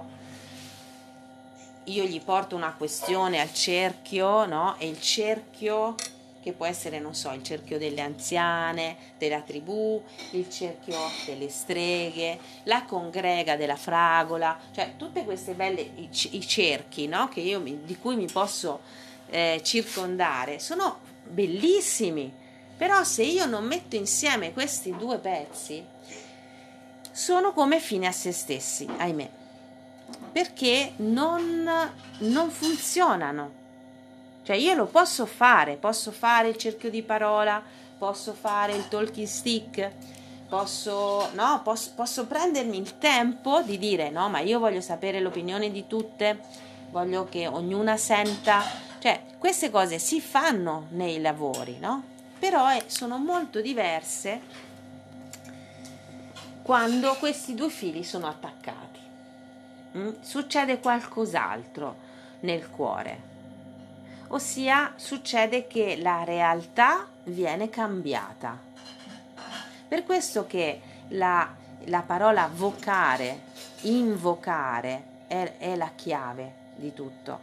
io gli porto una questione al cerchio, no? E il cerchio che può essere, non so, il cerchio delle anziane, della tribù, il cerchio delle streghe, la congrega della fragola, cioè tutte queste belle i cerchi, no? Di cui mi posso circondare, sono bellissimi. Però se io non metto insieme questi due pezzi, sono come fine a se stessi, ahimè, perché non funzionano. Cioè io lo posso fare il cerchio di parola, posso fare il talking stick, posso prendermi il tempo di dire no, ma io voglio sapere l'opinione di tutte, voglio che ognuna senta, cioè queste cose si fanno nei lavori, no? Però sono molto diverse quando questi due fili sono attaccati. Succede qualcos'altro nel cuore, ossia succede che la realtà viene cambiata. Per questo che la parola vocare, invocare è la chiave di tutto.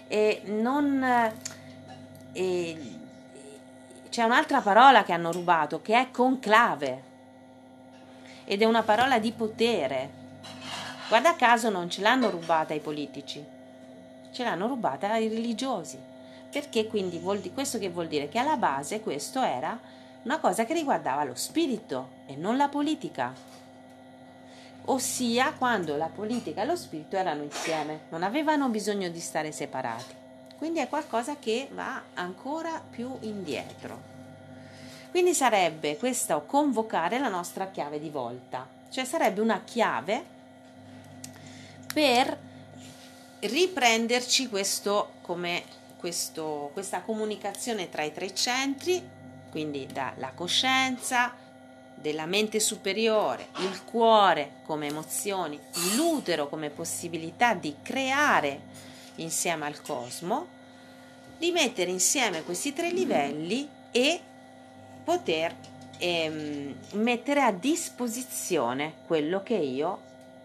C'è un'altra parola che hanno rubato, che è conclave, ed è una parola di potere. Guarda caso non ce l'hanno rubata ai politici, ce l'hanno rubata ai religiosi, perché quindi questo che vuol dire? Che alla base questo era una cosa che riguardava lo spirito e non la politica. ossia quando la politica e lo spirito erano insieme, non avevano bisogno di stare separati. Quindi è qualcosa che va ancora più indietro. Quindi sarebbe questo convocare la nostra chiave di volta, cioè sarebbe una chiave per riprenderci questa comunicazione tra i tre centri, quindi dalla coscienza, della mente superiore, il cuore come emozioni, l'utero come possibilità di creare insieme al cosmo, di mettere insieme questi tre livelli e poter mettere a disposizione quello che io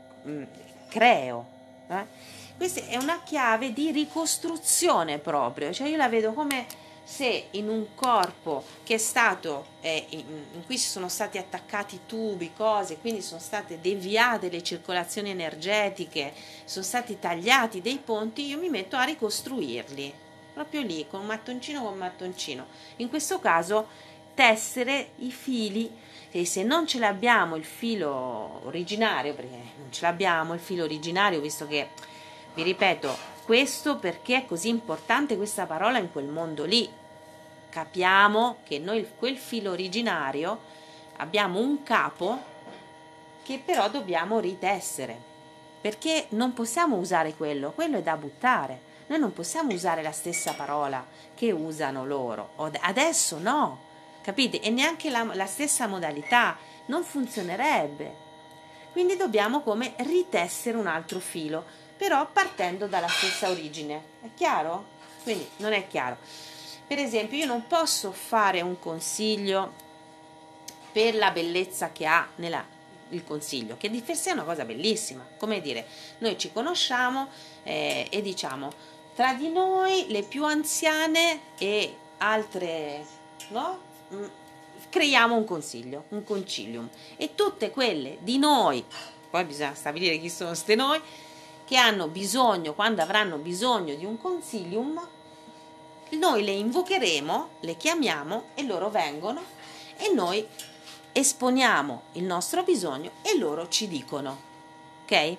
creo. Questa è una chiave di ricostruzione proprio, cioè io la vedo come se in un corpo che è stato in cui si sono stati attaccati tubi, cose, quindi sono state deviate le circolazioni energetiche, sono stati tagliati dei ponti, io mi metto a ricostruirli proprio lì con mattoncino. In questo caso tessere i fili, e se non ce l'abbiamo il filo originario, perché non ce l'abbiamo il filo originario, visto che, vi ripeto, questo perché è così importante questa parola in quel mondo lì. Capiamo che noi quel filo originario abbiamo un capo che però dobbiamo ritessere, perché non possiamo usare quello è da buttare. Noi non possiamo usare la stessa parola che usano loro, adesso no, capite? E neanche la stessa modalità, non funzionerebbe. Quindi dobbiamo come ritessere un altro filo, però partendo dalla stessa origine. È chiaro? Quindi non è chiaro. Per esempio, io non posso fare un consiglio per la bellezza che ha il consiglio, che di per sé è una cosa bellissima. Come dire, noi ci conosciamo e diciamo tra di noi le più anziane e altre, no? Creiamo un consiglio, un concilium, e tutte quelle di noi, poi bisogna stabilire chi sono ste noi, che hanno bisogno, quando avranno bisogno di un concilium, noi le invocheremo, le chiamiamo e loro vengono e noi esponiamo il nostro bisogno e loro ci dicono, ok?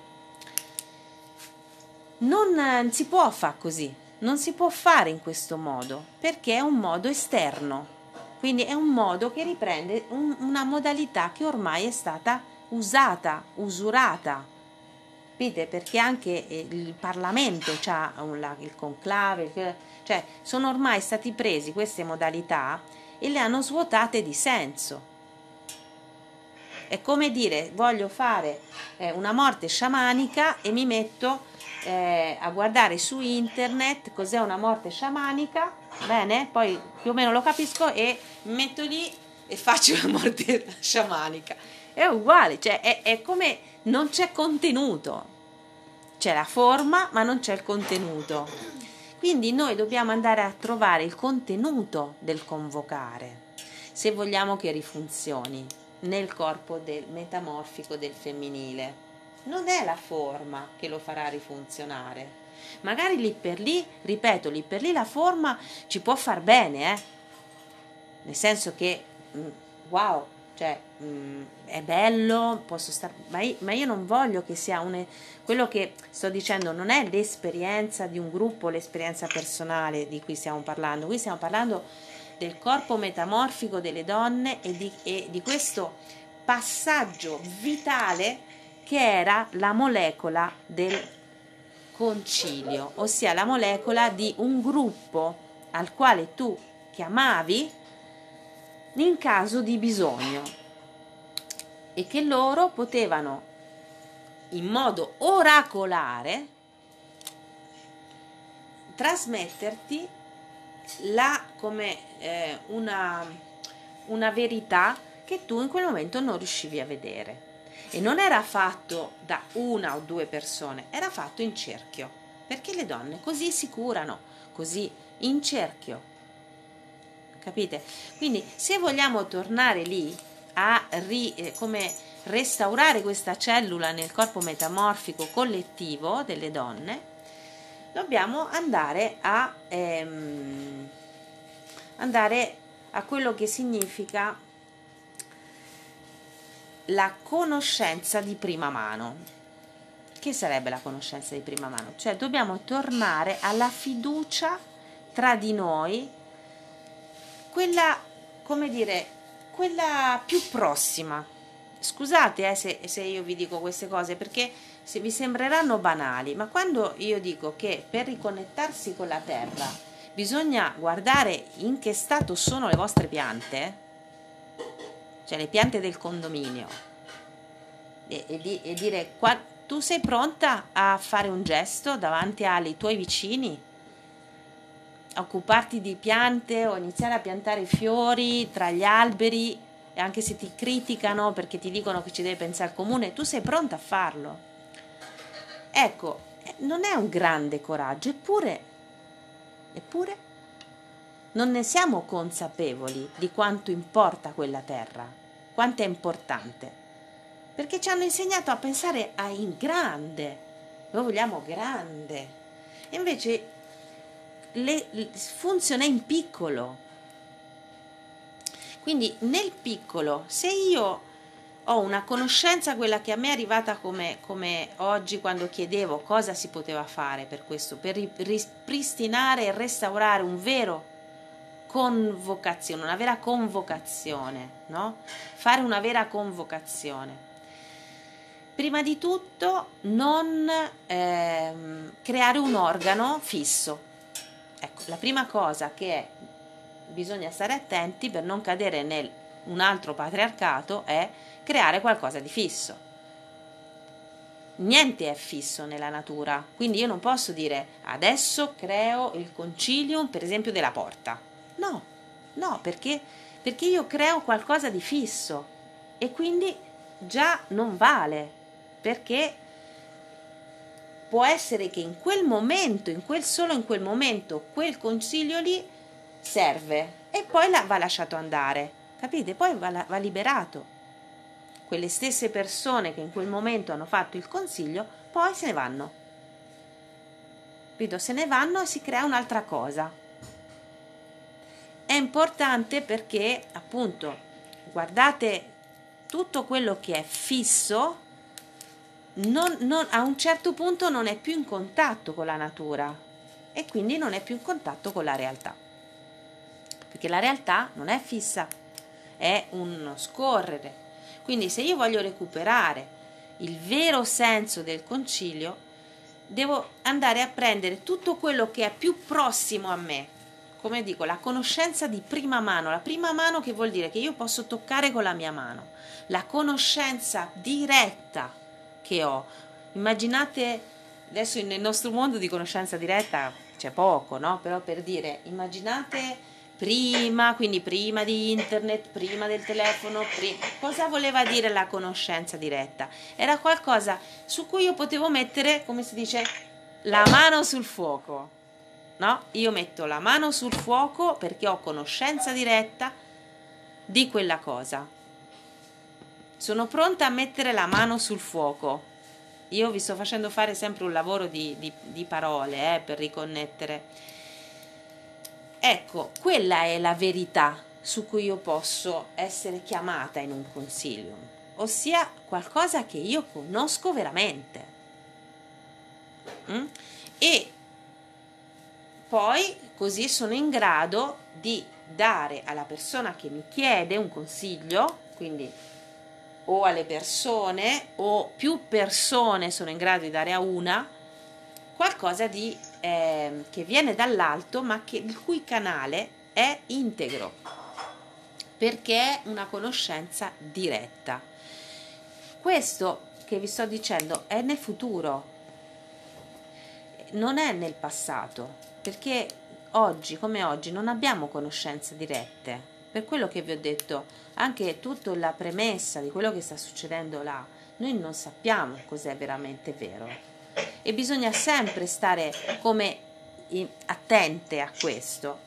Non si può fare così, non si può fare in questo modo, perché è un modo esterno, quindi è un modo che riprende una modalità che ormai è stata usata, usurata. Capite? Perché anche il Parlamento c'ha il conclave, cioè sono ormai stati presi queste modalità e le hanno svuotate di senso. È come dire, voglio fare una morte sciamanica e mi metto a guardare su internet cos'è una morte sciamanica, bene? Poi più o meno lo capisco e mi metto lì e faccio la morte sciamanica. È uguale, cioè è come non c'è contenuto, c'è la forma ma non c'è il contenuto. Quindi noi dobbiamo andare a trovare il contenuto del convocare se vogliamo che rifunzioni nel corpo del metamorfico del femminile. Non è la forma che lo farà rifunzionare. Magari lì per lì, ripeto, lì per lì la forma ci può far bene, nel senso che wow, cioè è bello, posso stare, ma io non voglio che sia quello che sto dicendo non è l'esperienza di un gruppo, l'esperienza personale di cui stiamo parlando. Qui stiamo parlando del corpo metamorfico delle donne e di questo passaggio vitale che era la molecola del concilio, ossia la molecola di un gruppo al quale tu chiamavi in caso di bisogno e che loro potevano in modo oracolare trasmetterti come una verità che tu in quel momento non riuscivi a vedere. E non era fatto da una o due persone, era fatto in cerchio, perché le donne così si curano, così in cerchio, capite? Quindi se vogliamo tornare lì a come restaurare questa cellula nel corpo metamorfico collettivo delle donne, dobbiamo andare a quello che significa la conoscenza di prima mano. Che sarebbe la conoscenza di prima mano? Cioè dobbiamo tornare alla fiducia tra di noi, quella, come dire, quella più prossima. Scusate se io vi dico queste cose, perché se vi sembreranno banali, ma quando io dico che per riconnettarsi con la terra bisogna guardare in che stato sono le vostre piante, cioè le piante del condominio, e dire tu sei pronta a fare un gesto davanti ai tuoi vicini, a occuparti di piante o iniziare a piantare fiori tra gli alberi, e anche se ti criticano perché ti dicono che ci deve pensare il comune, tu sei pronta a farlo. Ecco, non è un grande coraggio, eppure non ne siamo consapevoli di quanto importa quella terra, quanto è importante, perché ci hanno insegnato a pensare in grande, noi vogliamo grande, e invece funziona in piccolo. Quindi nel piccolo, se io ho una conoscenza, quella che a me è arrivata come oggi, quando chiedevo cosa si poteva fare per questo, per ripristinare e restaurare una vera convocazione, no? Fare una vera convocazione. Prima di tutto non creare un organo fisso. Ecco, la prima cosa che bisogna stare attenti per non cadere nel un altro patriarcato è creare qualcosa di fisso. Niente è fisso nella natura, quindi io non posso dire adesso creo il concilium, per esempio, della porta. No, perché io creo qualcosa di fisso e quindi già non vale, perché può essere che in quel momento, solo in quel momento, quel concilio lì serve e poi va lasciato andare, capite? Poi va liberato. Quelle stesse persone che in quel momento hanno fatto il consiglio poi se ne vanno, capito? Se ne vanno e si crea un'altra cosa. È importante perché, appunto, guardate, tutto quello che è fisso a un certo punto non è più in contatto con la natura e quindi non è più in contatto con la realtà, perché la realtà non è fissa, è uno scorrere. Quindi se io voglio recuperare il vero senso del concilio, devo andare a prendere tutto quello che è più prossimo a me, come dico, la conoscenza di prima mano. La prima mano, che vuol dire che io posso toccare con la mia mano, la conoscenza diretta che ho. Immaginate, adesso nel nostro mondo di conoscenza diretta c'è poco, no? Però per dire, immaginate quindi prima di internet, prima del telefono, cosa voleva dire la conoscenza diretta? Era qualcosa su cui io potevo mettere, come si dice, la mano sul fuoco, no? Io metto la mano sul fuoco perché ho conoscenza diretta di quella cosa. Sono pronta a mettere la mano sul fuoco. Io vi sto facendo fare sempre un lavoro di parole per riconnettere. Ecco, quella è la verità su cui io posso essere chiamata in un concilium, ossia qualcosa che io conosco veramente. E poi così sono in grado di dare alla persona che mi chiede un consiglio, quindi o alle persone o più persone sono in grado di dare a una qualcosa che viene dall'alto, ma il cui canale è integro, perché è una conoscenza diretta. Questo che vi sto dicendo è nel futuro, non è nel passato, perché oggi come oggi non abbiamo conoscenze dirette. Per quello che vi ho detto, anche tutta la premessa di quello che sta succedendo là, noi non sappiamo cos'è veramente vero. E bisogna sempre stare come attente a questo.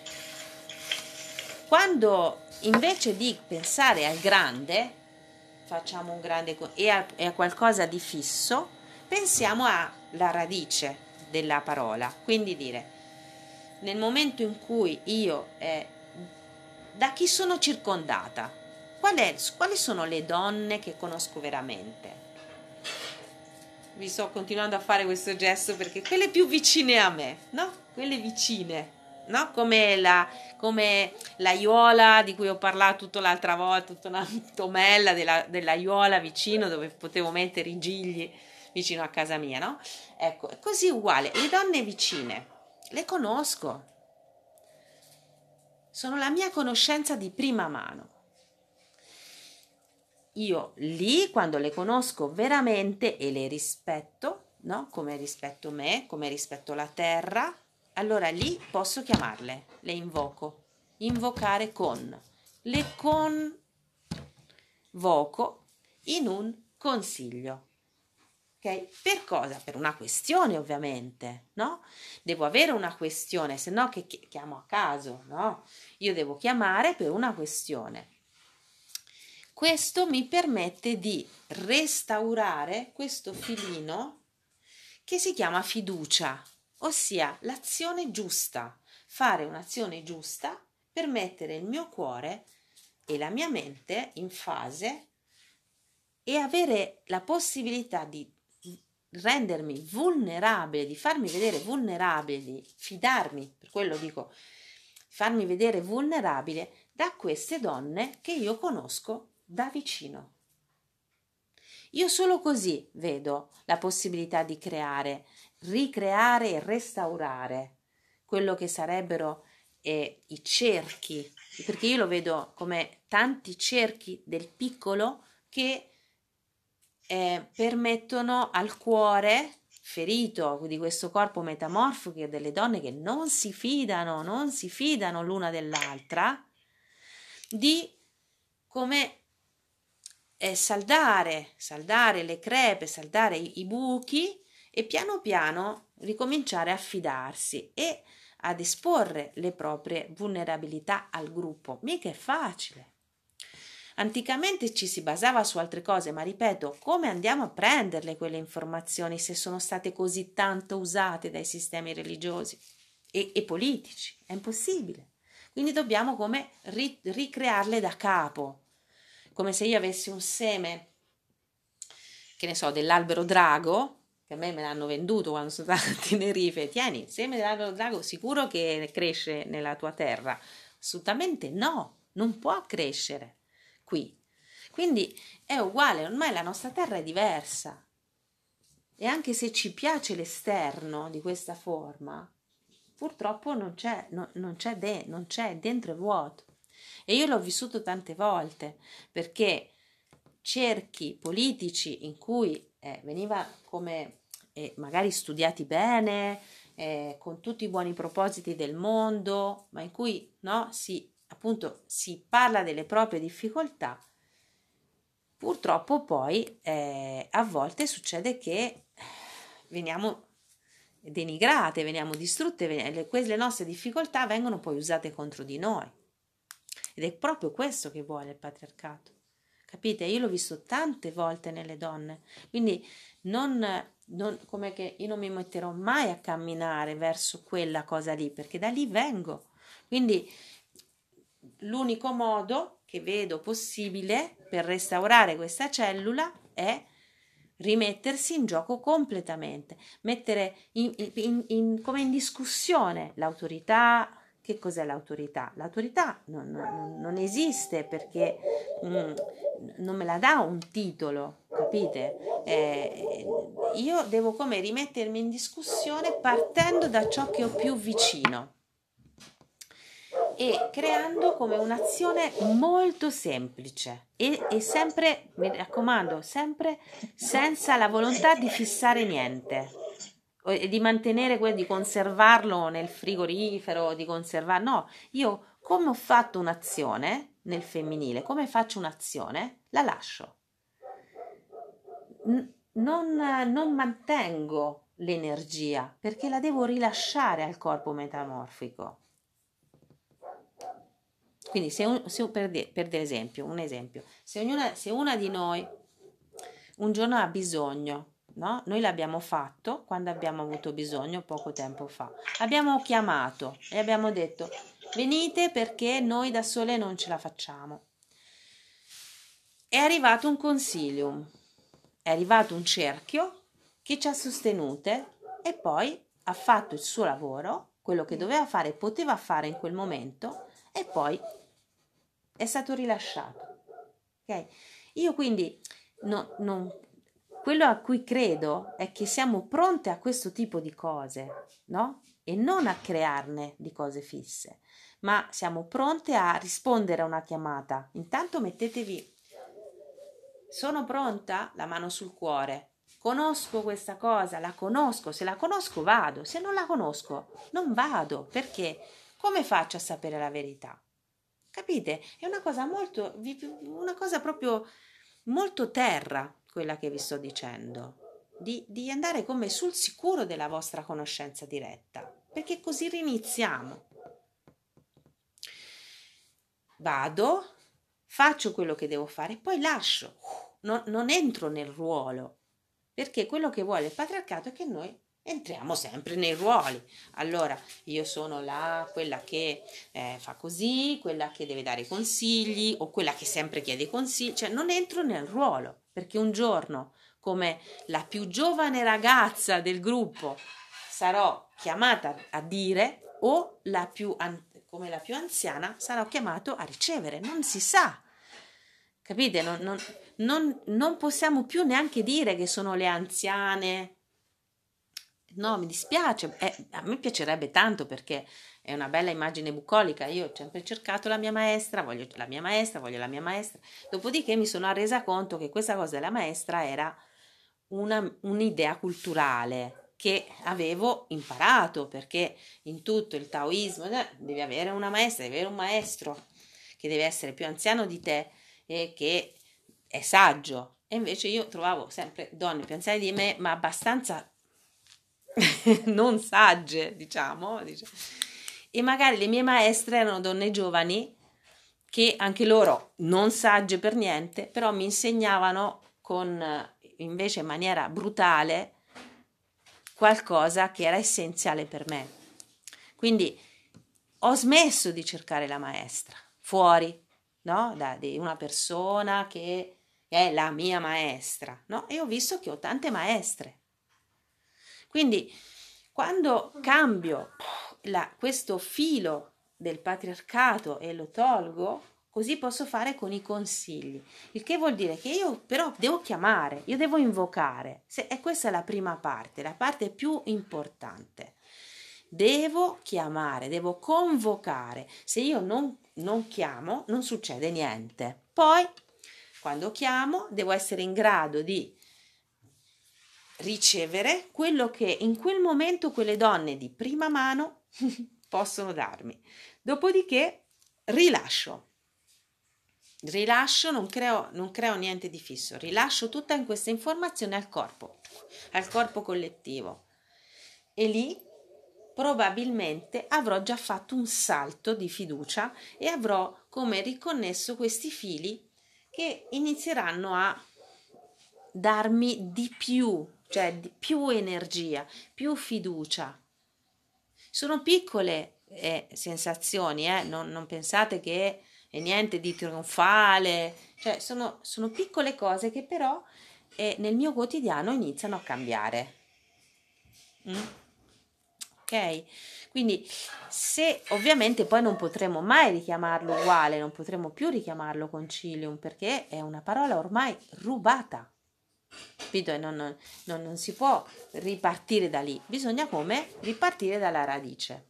Quando invece di pensare al grande, facciamo un grande e a qualcosa di fisso, pensiamo alla radice della parola. Quindi dire, nel momento in cui io da chi sono circondata, quali sono le donne che conosco veramente? Vi sto continuando a fare questo gesto perché quelle più vicine a me, no? Quelle vicine, no? Come l'aiuola di cui ho parlato tutta l'altra volta, tutta una tomella dell'aiuola vicino dove potevo mettere i gigli vicino a casa mia, no? Ecco, è così uguale. Le donne vicine, le conosco, sono la mia conoscenza di prima mano. Io lì, quando le conosco veramente e le rispetto, no? Come rispetto me, come rispetto la terra, allora lì posso chiamarle, le invoco. Invocare con. Le convoco in un consiglio. Ok? Per cosa? Per una questione, ovviamente, no? Devo avere una questione, se no che chiamo a caso, no? Io devo chiamare per una questione. Questo mi permette di restaurare questo filino che si chiama fiducia, ossia l'azione giusta, fare un'azione giusta per mettere il mio cuore e la mia mente in fase e avere la possibilità di rendermi vulnerabile, di farmi vedere vulnerabile, di fidarmi, per quello dico, farmi vedere vulnerabile da queste donne che io conosco da vicino. Io solo così vedo la possibilità di creare, ricreare e restaurare quello che sarebbero i cerchi, perché io lo vedo come tanti cerchi del piccolo che permettono al cuore ferito di questo corpo metamorfico delle donne che non si fidano l'una dell'altra, di come saldare le crepe, saldare i buchi e piano piano ricominciare a fidarsi e ad esporre le proprie vulnerabilità al gruppo. Mica è facile. Anticamente ci si basava su altre cose, ma ripeto, come andiamo a prenderle quelle informazioni se sono state così tanto usate dai sistemi religiosi e politici? È impossibile. Quindi dobbiamo come ricrearle da capo. Come se io avessi un seme, che ne so, dell'albero drago, che a me l'hanno venduto quando sono stata a Tenerife. Tieni, il seme dell'albero drago sicuro che cresce nella tua terra? Assolutamente no, non può crescere qui. Quindi è uguale, ormai la nostra terra è diversa. E anche se ci piace l'esterno di questa forma, purtroppo non c'è, dentro è vuoto. E io l'ho vissuto tante volte, perché cerchi politici in cui veniva come magari studiati bene, con tutti i buoni propositi del mondo, ma in cui no, si parla delle proprie difficoltà, purtroppo poi a volte succede che veniamo denigrate, veniamo distrutte, le nostre difficoltà vengono poi usate contro di noi. Ed è proprio questo che vuole il patriarcato. Capite? Io l'ho visto tante volte nelle donne, quindi come che io non mi metterò mai a camminare verso quella cosa lì, perché da lì vengo. Quindi l'unico modo che vedo possibile per restaurare questa cellula è rimettersi in gioco completamente, mettere come in discussione l'autorità. Che cos'è l'autorità? L'autorità non esiste perché non me la dà un titolo, capite? Io devo come rimettermi in discussione partendo da ciò che ho più vicino e creando come un'azione molto semplice e sempre, mi raccomando, sempre senza la volontà di fissare niente e di mantenere di conservarlo nel frigorifero, no, io come ho fatto un'azione nel femminile, come faccio un'azione, la lascio. Non mantengo l'energia perché la devo rilasciare al corpo metamorfico. Quindi per esempio, se una di noi un giorno ha bisogno, no? Noi l'abbiamo fatto quando abbiamo avuto bisogno poco tempo fa. Abbiamo chiamato e abbiamo detto venite perché noi da sole non ce la facciamo. è arrivato un consilium, è arrivato un cerchio che ci ha sostenute e poi ha fatto il suo lavoro, quello che doveva fare, poteva fare in quel momento, e poi è stato rilasciato. Ok? Io quindi quello a cui credo è che siamo pronte a questo tipo di cose, no? E non a crearne di cose fisse, ma siamo pronte a rispondere a una chiamata. Intanto mettetevi, sono pronta? La mano sul cuore. Conosco questa cosa, la conosco, se la conosco vado, se non la conosco non vado, perché come faccio a sapere la verità? Capite? È una cosa una cosa proprio molto terra quella che vi sto dicendo, di andare come sul sicuro della vostra conoscenza diretta, perché così riniziamo. Vado, faccio quello che devo fare, poi lascio, non entro nel ruolo, perché quello che vuole il patriarcato è che noi entriamo sempre nei ruoli. Allora, io sono quella che fa così, quella che deve dare consigli o quella che sempre chiede consigli, cioè non entro nel ruolo, perché un giorno, come la più giovane ragazza del gruppo, sarò chiamata a dire o come la più anziana sarò chiamato a ricevere, non si sa. Capite? Non possiamo più neanche dire che sono le anziane. No, mi dispiace, a me piacerebbe tanto perché è una bella immagine bucolica. Io ho sempre cercato la mia maestra, voglio la mia maestra, voglio la mia maestra. Dopodiché mi sono resa conto che questa cosa della maestra era un'idea culturale che avevo imparato, perché in tutto il taoismo devi avere una maestra, devi avere un maestro che deve essere più anziano di te e che è saggio. E invece io trovavo sempre donne più anziane di me, ma abbastanza non sagge, diciamo. E magari le mie maestre erano donne giovani che anche loro non sagge per niente, però mi insegnavano invece in maniera brutale qualcosa che era essenziale per me. Quindi ho smesso di cercare la maestra fuori, no? Di una persona che è la mia maestra, no? E ho visto che ho tante maestre. Quindi quando cambio questo filo del patriarcato e lo tolgo, così posso fare con i consigli, il che vuol dire che io però devo chiamare, io devo invocare, e questa è la prima parte, la parte più importante. Devo chiamare, devo convocare. Se io non chiamo, non succede niente. Poi, quando chiamo, devo essere in grado di ricevere quello che in quel momento quelle donne di prima mano possono darmi. Dopodiché rilascio, non creo niente di fisso, rilascio tutta in questa informazione al corpo collettivo, e lì probabilmente avrò già fatto un salto di fiducia e avrò come riconnesso questi fili che inizieranno a darmi di più, cioè di più energia, più fiducia. Sono piccole sensazioni, non pensate che è niente di trionfale, cioè sono piccole cose che però nel mio quotidiano iniziano a cambiare. Ok? Quindi se ovviamente poi non potremo mai richiamarlo uguale, non potremo più richiamarlo concilium, perché è una parola ormai rubata. Capito? Non si può ripartire da lì, bisogna come ripartire dalla radice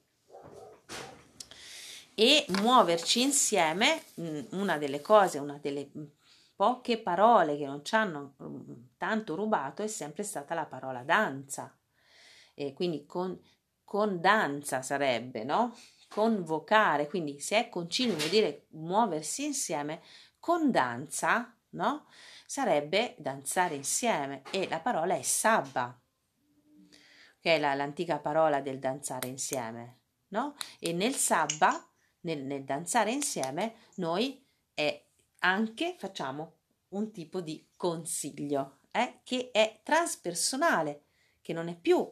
e muoverci insieme. Una delle poche parole che non ci hanno tanto rubato è sempre stata la parola danza, e quindi con danza sarebbe, no? Convocare, quindi se è concilio vuol dire muoversi insieme, con danza, no? Sarebbe danzare insieme, e la parola è sabba, che è l'antica parola del danzare insieme, no? E nel sabba, nel danzare insieme, noi anche facciamo un tipo di consiglio, che è transpersonale, che non è più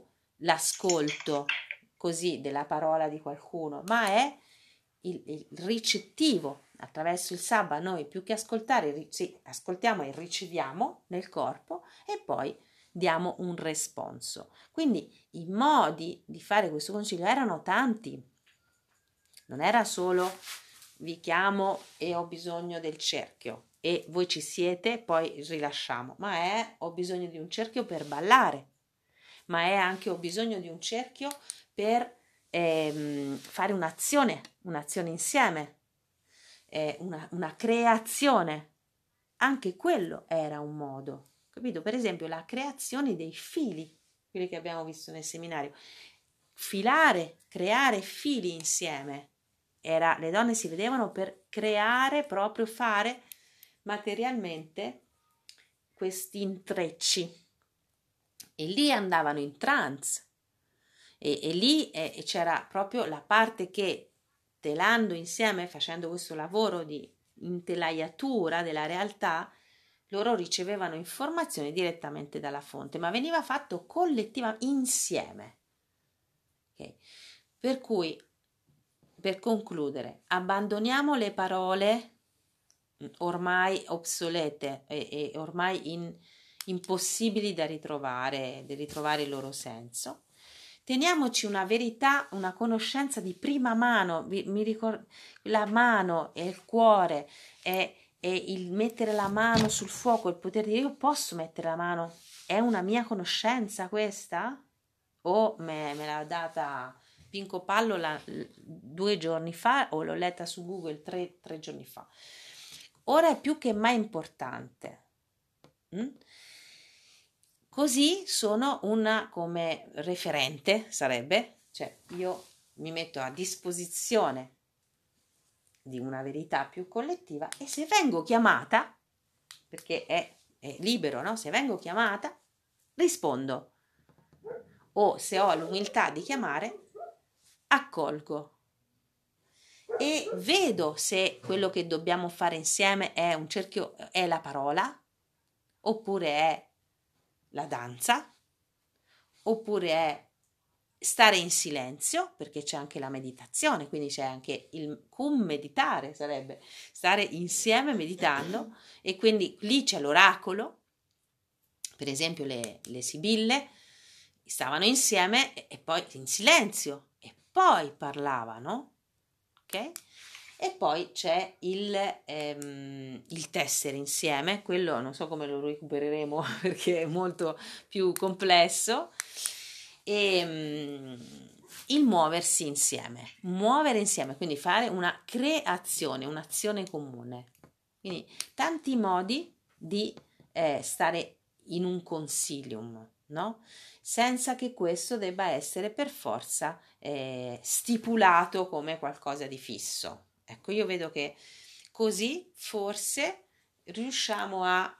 l'ascolto così della parola di qualcuno, ma è il ricettivo attraverso il sabba noi più che ascoltare, sì, ascoltiamo e riceviamo nel corpo e poi diamo un responso. Quindi i modi di fare questo concilio erano tanti, non era solo vi chiamo e ho bisogno del cerchio e voi ci siete, poi rilasciamo, ma è ho bisogno di un cerchio per ballare, ma è anche ho bisogno di un cerchio per fare un'azione insieme, una creazione. Anche quello era un modo, capito? Per esempio la creazione dei fili, quelli che abbiamo visto nel seminario. Filare, creare fili insieme. Le donne si vedevano per creare, proprio fare materialmente questi intrecci. E lì andavano in trance. E lì c'era proprio la parte che, telando insieme, facendo questo lavoro di intelaiatura della realtà, loro ricevevano informazioni direttamente dalla fonte, ma veniva fatto collettivamente, insieme. Okay. Per cui, per concludere, abbandoniamo le parole ormai obsolete e ormai impossibili da ritrovare il loro senso. Teniamoci una verità, una conoscenza di prima mano. Mi ricordo, la mano e il cuore e il mettere la mano sul fuoco, il poter dire io posso mettere la mano, è una mia conoscenza questa? O me l'ha data Pinco Pallo 2 giorni fa o l'ho letta su Google 3 giorni fa. Ora è più che mai importante. Così sono una come referente, sarebbe, cioè io mi metto a disposizione di una verità più collettiva e se vengo chiamata, perché è libero, no? Se vengo chiamata, rispondo. O se ho l'umiltà di chiamare, accolgo. E vedo se quello che dobbiamo fare insieme è un cerchio, è la parola, oppure è la danza, oppure è stare in silenzio, perché c'è anche la meditazione, quindi c'è anche il meditare, sarebbe stare insieme meditando, e quindi lì c'è l'oracolo. Per esempio le sibille stavano insieme e poi in silenzio e poi parlavano, ok? E poi c'è il tessere insieme, quello non so come lo recupereremo perché è molto più complesso, e il muoversi insieme, muovere insieme, quindi fare una creazione, un'azione comune. Quindi tanti modi di stare in un consilium, no? Senza che questo debba essere per forza stipulato come qualcosa di fisso. Ecco, io vedo che così forse riusciamo a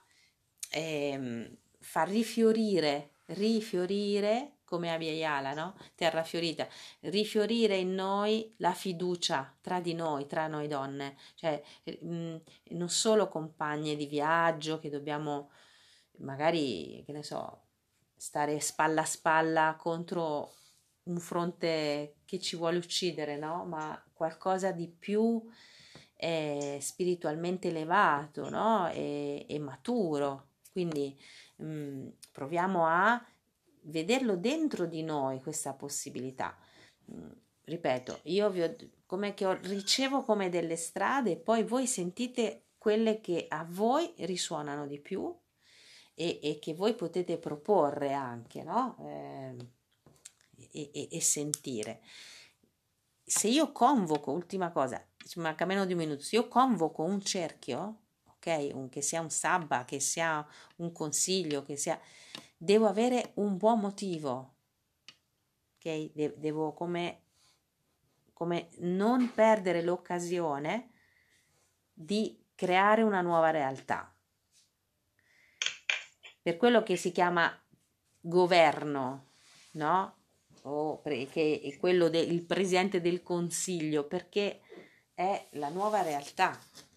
far rifiorire come Abhyayala, no? Terra fiorita, rifiorire in noi la fiducia tra di noi, tra noi donne, cioè non solo compagne di viaggio che dobbiamo magari, che ne so, stare spalla a spalla contro un fronte che ci vuole uccidere, no? Ma qualcosa di più spiritualmente elevato, no? E maturo. Quindi proviamo a vederlo dentro di noi questa possibilità. Ripeto, io ricevo come delle strade e poi voi sentite quelle che a voi risuonano di più e che voi potete proporre anche, no? E sentire. Se io convoco, ultima cosa, ci manca meno di un minuto, se io convoco un cerchio, ok, che sia un sabba, che sia un consiglio, che sia, devo avere un buon motivo, ok? Devo come non perdere l'occasione di creare una nuova realtà. Per quello che si chiama governo, no? O che è quello del presidente del consiglio, perché è la nuova realtà.